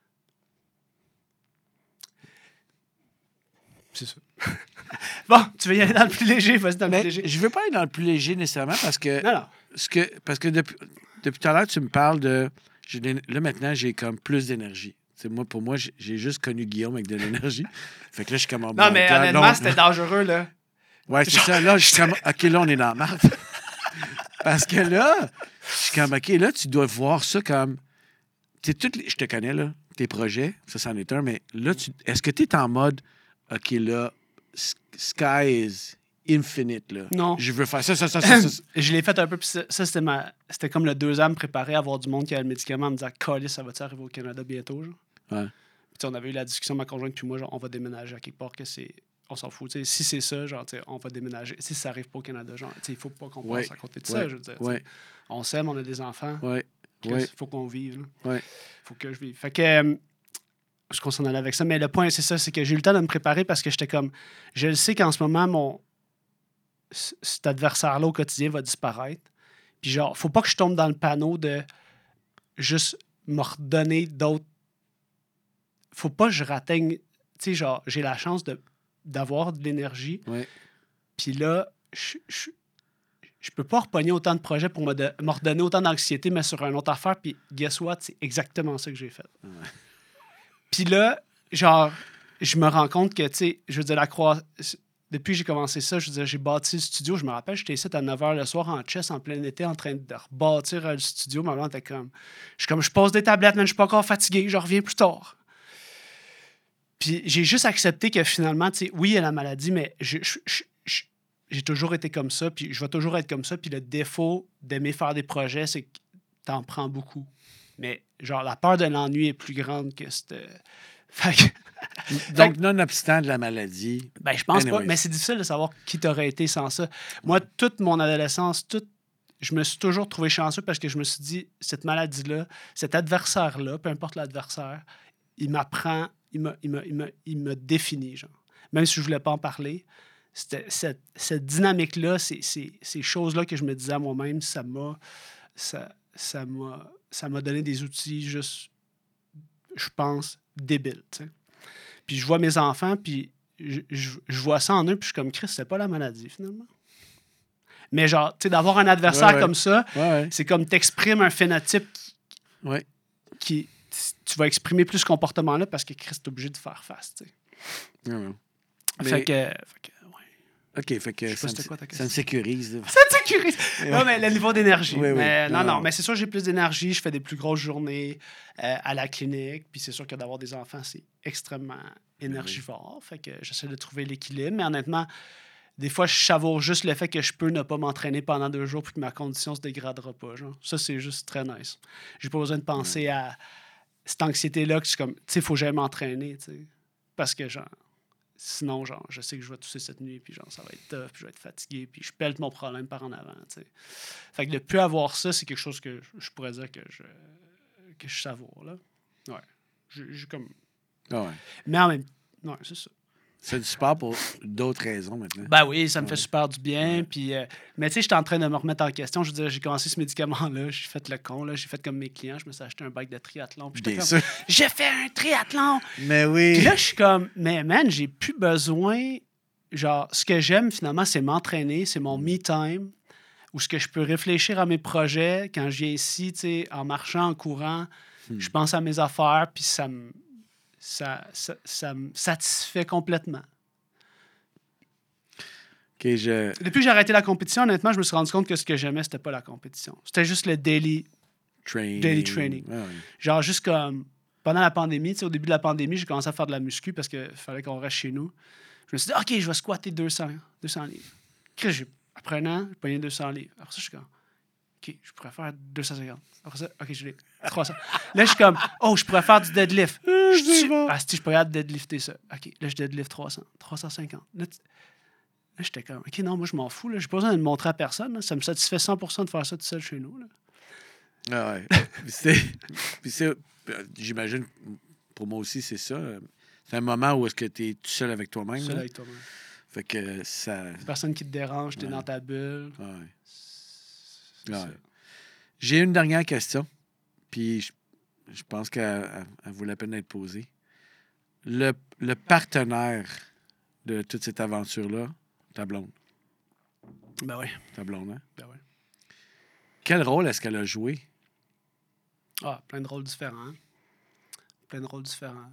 C'est ça. Bon, tu veux y aller dans le plus léger, vas-y dans le Mais plus léger. je veux pas aller dans le plus léger nécessairement parce que Non, non. ce que parce que depuis, depuis tout à l'heure tu me parles de j'ai des- là maintenant j'ai comme plus d'énergie. C'est moi pour moi j'ai j'ai juste connu Guillaume avec de l'énergie. Fait que là je suis comme oh Non, my mais God, honnêtement, non, c'était non. dangereux, là. Ouais, c'est ça. Là je suis comme OK, là on est dans la merde. Parce que là je suis comme OK, là tu dois voir ça comme tu sais, toutes les- je te connais là, tes projets, ça c'en est un, mais là tu est-ce que tu es en mode OK là s- sky is infinite là. Non. Je veux faire ça ça ça ça. ça, ça. Je l'ai fait un peu, puis ça, ça, c'était, ma... c'était comme le deux ans à me préparer à avoir du monde qui a le médicament, à me dire, Calisse, ça va-tu arriver au Canada bientôt, genre? Ouais. Puis, tu sais, on avait eu la discussion, ma conjointe, puis moi, genre, on va déménager à quelque part, que c'est. On s'en fout. Tu sais, si c'est ça, genre, tu sais, on va déménager. Si ça arrive pas au Canada, genre, tu sais, il faut pas qu'on Ouais. passe à côté de Ouais. ça, je veux dire. tu sais. Ouais. On s'aime, on a des enfants. Ouais. Il Ouais. faut qu'on vive. Là. Ouais. Faut que je vive. Fait que. Euh, je qu'on s'en allait avec ça. Mais le point, c'est ça, c'est que j'ai eu le temps de me préparer parce que j'étais comme. Je le sais qu'en ce moment, mon. c- cet adversaire-là au quotidien va disparaître. Puis genre, faut pas que je tombe dans le panneau de juste me redonner d'autres. Faut pas que je ratteigne. Tu sais, genre, j'ai la chance de, d'avoir de l'énergie. Ouais. Puis là, je, je, je peux pas repogner autant de projets pour me, de, me redonner autant d'anxiété, mais sur une autre affaire. Puis, guess what? C'est exactement ça que j'ai fait. Ouais. Puis là, genre, je me rends compte que, tu sais, je veux dire, la croissance... Depuis que j'ai commencé ça, je veux dire, j'ai bâti le studio. Je me rappelle, j'étais ici à neuf heures le soir en chess, en plein été, en train de rebâtir le studio. Ma maman était comme... Je suis comme, je pose des tablettes, mais je suis pas encore fatigué. Je reviens plus tard. Puis j'ai juste accepté que finalement, tu sais, oui, il y a la maladie, mais je, je, je, je, j'ai toujours été comme ça, puis je vais toujours être comme ça. Puis le défaut d'aimer faire des projets, c'est que t'en prends beaucoup. Mais genre, la peur de l'ennui est plus grande que cette... Fait que... Donc, nonobstant de la maladie... Ben, je pense anyways. pas, mais c'est difficile de savoir qui t'aurait été sans ça. Moi, toute mon adolescence, toute... je me suis toujours trouvé chanceux parce que je me suis dit, cette maladie-là, cet adversaire-là, peu importe l'adversaire, il m'apprend, il me, il me, il me, il me définit, genre. Même si je voulais pas en parler, c'était, cette, cette dynamique-là, ces, ces, ces choses-là que je me disais à moi-même, ça m'a, ça, ça m'a, ça m'a donné des outils juste, je pense, débiles, tu sais. Puis je vois mes enfants, puis je, je, je vois ça en eux, puis je suis comme, Chris, c'est pas la maladie, finalement. Mais genre, tu sais, d'avoir un adversaire ouais, ouais. comme ça, ouais, ouais. c'est comme t'exprimes un phénotype qui, ouais. qui... Tu vas exprimer plus ce comportement-là parce que Chris, t'es obligé de faire face, tu sais. Ouais, ouais. Mais... Fait que... Fait que ouais. OK, fait que ça, quoi, me, ça me sécurise. Là. Ça me sécurise! Non, mais le niveau d'énergie. Oui, oui. Mais, non, non, non, non, mais c'est sûr, j'ai plus d'énergie. Je fais des plus grosses journées euh, à la clinique. Puis c'est sûr que d'avoir des enfants, c'est extrêmement énergivore. Oui. Fait que j'essaie de trouver l'équilibre. Mais honnêtement, des fois, je savoure juste le fait que je peux ne pas m'entraîner pendant deux jours puis que ma condition ne se dégradera pas. Genre. Ça, c'est juste très nice. J'ai pas besoin de penser oui. à cette anxiété-là que je suis comme, tu sais, il faut que j'aille m'entraîner, tu sais. Parce que, genre, sinon, genre, je sais que je vais tousser cette nuit, puis genre, ça va être tough, puis je vais être fatigué, puis je pèle mon problème par en avant, tu sais. Fait que de plus avoir ça, c'est quelque chose que je pourrais dire que je, que je savoure, là. Ouais. J'ai comme... Ah ouais. Mais en même temps, ouais, c'est ça. C'est du sport pour d'autres raisons maintenant. Ben oui, ça me ouais. fait super du bien. Ouais. Puis, euh, mais tu sais, j'étais en train de me remettre en question. Je veux dire, j'ai commencé ce médicament-là, j'ai fait le con, là, j'ai fait comme mes clients, je me suis acheté un bike de triathlon. Puis bien comme, sûr. J'ai fait un triathlon! Mais oui. Puis là, je suis comme, mais man, j'ai plus besoin. Genre, ce que j'aime finalement, c'est m'entraîner, c'est mon me time, où ce que je peux réfléchir à mes projets quand je viens ici, tu sais, en marchant, en courant, hmm. je pense à mes affaires, puis ça me, ça, ça, ça me satisfait complètement. Okay, je... Depuis que j'ai arrêté la compétition, honnêtement, je me suis rendu compte que ce que j'aimais, c'était pas la compétition. C'était juste le daily training. Daily training. Ah oui. Genre, juste comme pendant la pandémie, au début de la pandémie, j'ai commencé à faire de la muscu parce qu'il fallait qu'on reste chez nous. Je me suis dit, OK, je vais squatter deux cents, deux cents livres. J'ai, après un an, j'ai pogné deux cents livres. Après ça, je suis comme, OK, je pourrais faire deux cent cinquante. Après ça, OK, je l'ai trois cents. Là, je suis comme, oh, je pourrais faire du deadlift. Je, bon. Ah, si, je pourrais deadlifter ça. OK, là, je deadlift trois cents, trois cent cinquante. Là, Là, j'étais comme, OK, non, moi, je m'en fous. Je n'ai pas besoin de le montrer à personne. Là. Ça me satisfait cent pour cent de faire ça tout seul chez nous. Là. Ah ouais. c'est, c'est, j'imagine, pour moi aussi, c'est ça. C'est un moment où est-ce que tu es tout seul avec toi-même. Seul là. avec toi-même. Fait que ça... Personne qui te dérange, tu es ouais. dans ta bulle. Ouais. C'est ouais. ça. J'ai une dernière question, puis je, je pense qu'elle elle vaut la peine d'être posée. Le, le partenaire de toute cette aventure-là, ta blonde. Ben oui. Ta blonde, hein? Ben oui. Quel rôle est-ce qu'elle a joué? Ah, plein de rôles différents. Plein de rôles différents.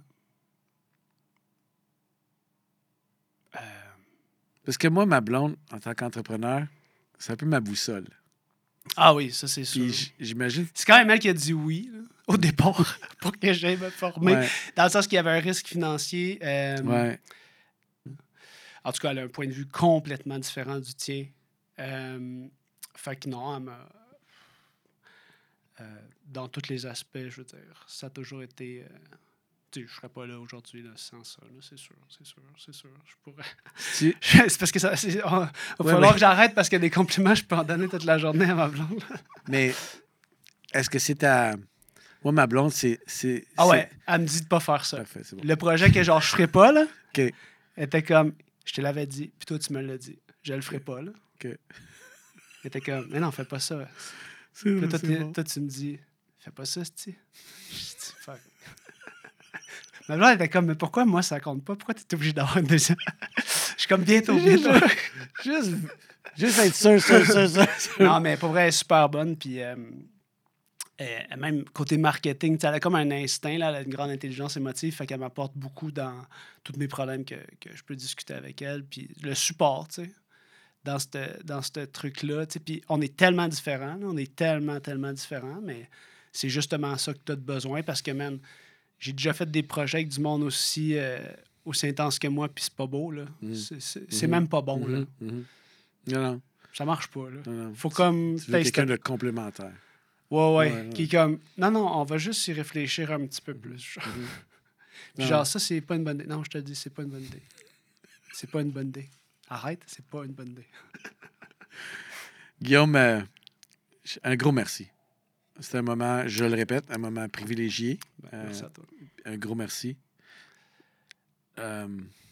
Euh... Parce que moi, ma blonde, en tant qu'entrepreneur, c'est un peu ma boussole. Ah oui, ça, c'est sûr. Puis j'imagine... C'est quand même elle qui a dit oui, là, au départ, pour que j'aille me former. Ouais. Dans le sens qu'il y avait un risque financier. Euh... Ouais. En tout cas, elle a un point de vue complètement différent du tien. Euh, fait que non, elle m'a... Euh, dans tous les aspects, je veux dire, ça a toujours été... Euh, tu sais, je serais pas là aujourd'hui là, sans ça, là, c'est sûr, c'est sûr, c'est sûr. Je pourrais... Tu... c'est parce que ça... Il va ouais, falloir mais... que j'arrête parce que des compliments, je peux en donner toute la journée à ma blonde. Mais est-ce que c'est ta... Moi, ma blonde, c'est... c'est ah ouais, c'est... elle me dit de pas faire ça. Parfait, c'est bon. Le projet que genre je ferais pas, là, okay. elle était comme... Je te l'avais dit, puis toi, tu me l'as dit. Je le ferai pas, là. Okay. Elle était comme, mais non, fais pas ça. C'est puis bon, toi, c'est bon. toi, tu me dis, fais pas ça, c'ti. Je dis, fuck. Ma blonde était comme, mais pourquoi moi ça compte pas? Pourquoi tu es obligé d'avoir une deuxième? Je suis comme bientôt, bientôt. Juste, juste être sûr, sûr, sûr, sûr. Non, mais pour vrai, elle est super bonne. Puis euh, elle- même côté marketing, tu sais, elle a comme un instinct, là, elle a une grande intelligence émotive, fait qu'elle m'apporte beaucoup dans tous mes problèmes que, que je peux discuter avec elle. Puis le support, tu sais, dans ce dans ce truc-là. Tu sais, puis on est tellement différents, là, on est tellement, tellement différents, mais c'est justement ça que tu as besoin parce que, man, j'ai déjà fait des projets avec du monde aussi, euh, aussi intense que moi, puis c'est pas beau, là. Mm. C'est, c'est, c'est Mhm. même pas bon, là. Mhm, mhm. Non, non. Ça marche pas, là. non, non. Faut comme... Tu veux quelqu'un de complémentaire. Ouais, ouais, Ouais, ouais. qui est comme... Non, non, on va juste y réfléchir un petit peu plus. Genre, Mhm. Puis Non. genre ça, c'est pas une bonne idée. Non, je te le dis, c'est pas une bonne idée. C'est pas une bonne idée. Arrête, c'est pas une bonne idée. Guillaume, euh, un gros merci. C'était un moment, je le répète, un moment privilégié. Ben, Euh, merci à toi. Un gros merci. Euh,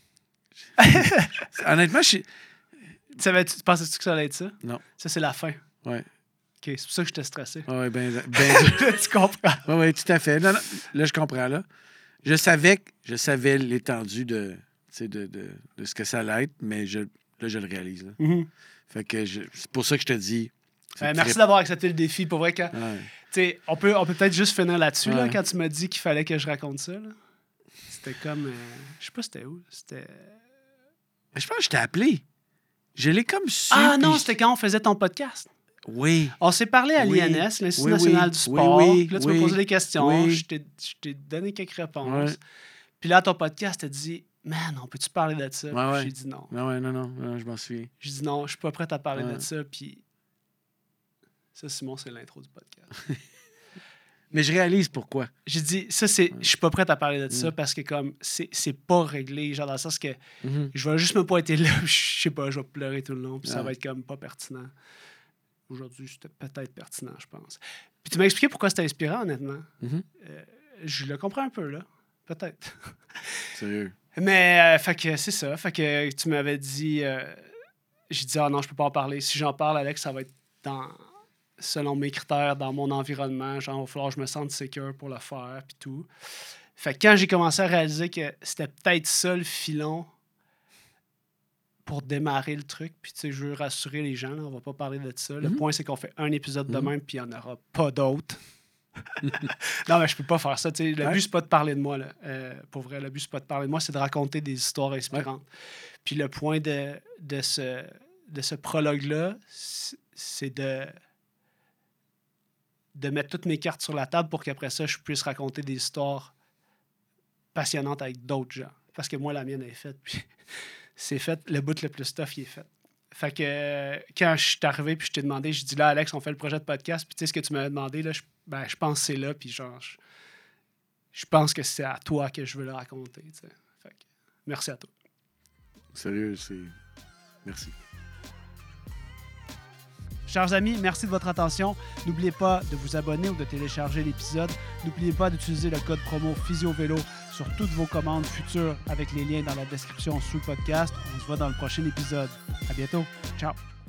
Honnêtement, je... Tu savais-tu, tu pensais-tu que ça allait être ça? Non. Ça, c'est la fin. Ouais. OK, c'est pour ça que j'étais stressé. Ouais, ben, ben, Tu comprends? oui, oui, tout à fait. Non, non, là, je comprends. Là. Je savais, que- je savais l'étendue de, tu sais, de, de, de ce que ça allait être, mais je, là, je le réalise. Là. Mhm. Fait que je- c'est pour ça que je te dis. c'est Euh, très- merci d'avoir accepté le défi. Pour vrai, quand, Ouais. tu sais, on peut, on peut peut-être juste finir là-dessus, là, Ouais. quand tu m'as dit qu'il fallait que je raconte ça. Là. C'était comme... euh, je sais pas c'était où. C'était... Je pense que je t'ai appelé. Je l'ai comme su. Ah puis non, je- c'était quand on faisait ton podcast. Oui. On s'est parlé à Oui. l'I N S, l'Institut Oui, national oui. du Oui, sport. oui, Puis là, tu oui. m'as posé des questions. Oui. Je t'ai, je t'ai donné quelques réponses. Ouais. Puis là, ton podcast, t'as dit, man, on peut-tu parler de ça? Ouais, Puis ouais. J'ai dit non. Non, ouais, non, non, non, je m'en souviens. J'ai dit non, je suis pas prête à parler Ouais. de ça. Puis ça, Simon, c'est l'intro du podcast. Mais je réalise pourquoi. J'ai dit, ça, c'est, je suis pas prête à parler de ça Mm. parce que comme, c'est, c'est pas réglé. Genre, dans le sens que Mhm. je vais juste me pas être là. Je sais pas, je vais pleurer tout le long. Puis ça Ouais. va être comme pas pertinent. Aujourd'hui, c'était peut-être pertinent, je pense. Puis tu m'as expliqué pourquoi c'était inspirant, honnêtement. Mhm. Euh, je le comprends un peu, là. Peut-être. Sérieux. Mais, euh, fait que c'est ça. Fait que tu m'avais dit... euh, j'ai dit, ah non, je peux pas en parler. Si j'en parle, Alex, ça va être dans... selon mes critères, dans mon environnement. Genre, il va falloir que je me sente secure pour le faire, puis tout. Fait que quand j'ai commencé à réaliser que c'était peut-être ça le filon pour démarrer le truc, puis tu sais, je veux rassurer les gens, là, on va pas parler de ça. Le Mhm. point, c'est qu'on fait un épisode de Mhm. même, puis il n'y en aura pas d'autres. Non, mais je peux pas faire ça. tu sais. Le Ouais. but, c'est pas de parler de moi. Là. Euh, pour vrai, le but, c'est pas de parler de moi, c'est de raconter des histoires inspirantes. Puis le point de, de ce, de ce prologue-là, c'est- c'est de, de mettre toutes mes cartes sur la table pour qu'après ça, je puisse raconter des histoires passionnantes avec d'autres gens. Parce que moi, la mienne est faite. Puis c'est fait. Le bout le plus tough, il est fait. Fait que euh, quand je suis arrivé puis je t'ai demandé, j'ai dit là, Alex, on fait le projet de podcast. Puis tu sais ce que tu m'avais demandé, là, je, ben, je pense que c'est là. Puis genre, je, je pense que c'est à toi que je veux le raconter. tu sais. Fait que, merci à toi. Sérieux, c'est. Merci. Chers amis, merci de votre attention. N'oubliez pas de vous abonner ou de télécharger l'épisode. N'oubliez pas d'utiliser le code promo PhysioVélo sur toutes vos commandes futures avec les liens dans la description sous le podcast. On se voit dans le prochain épisode. À bientôt. Ciao.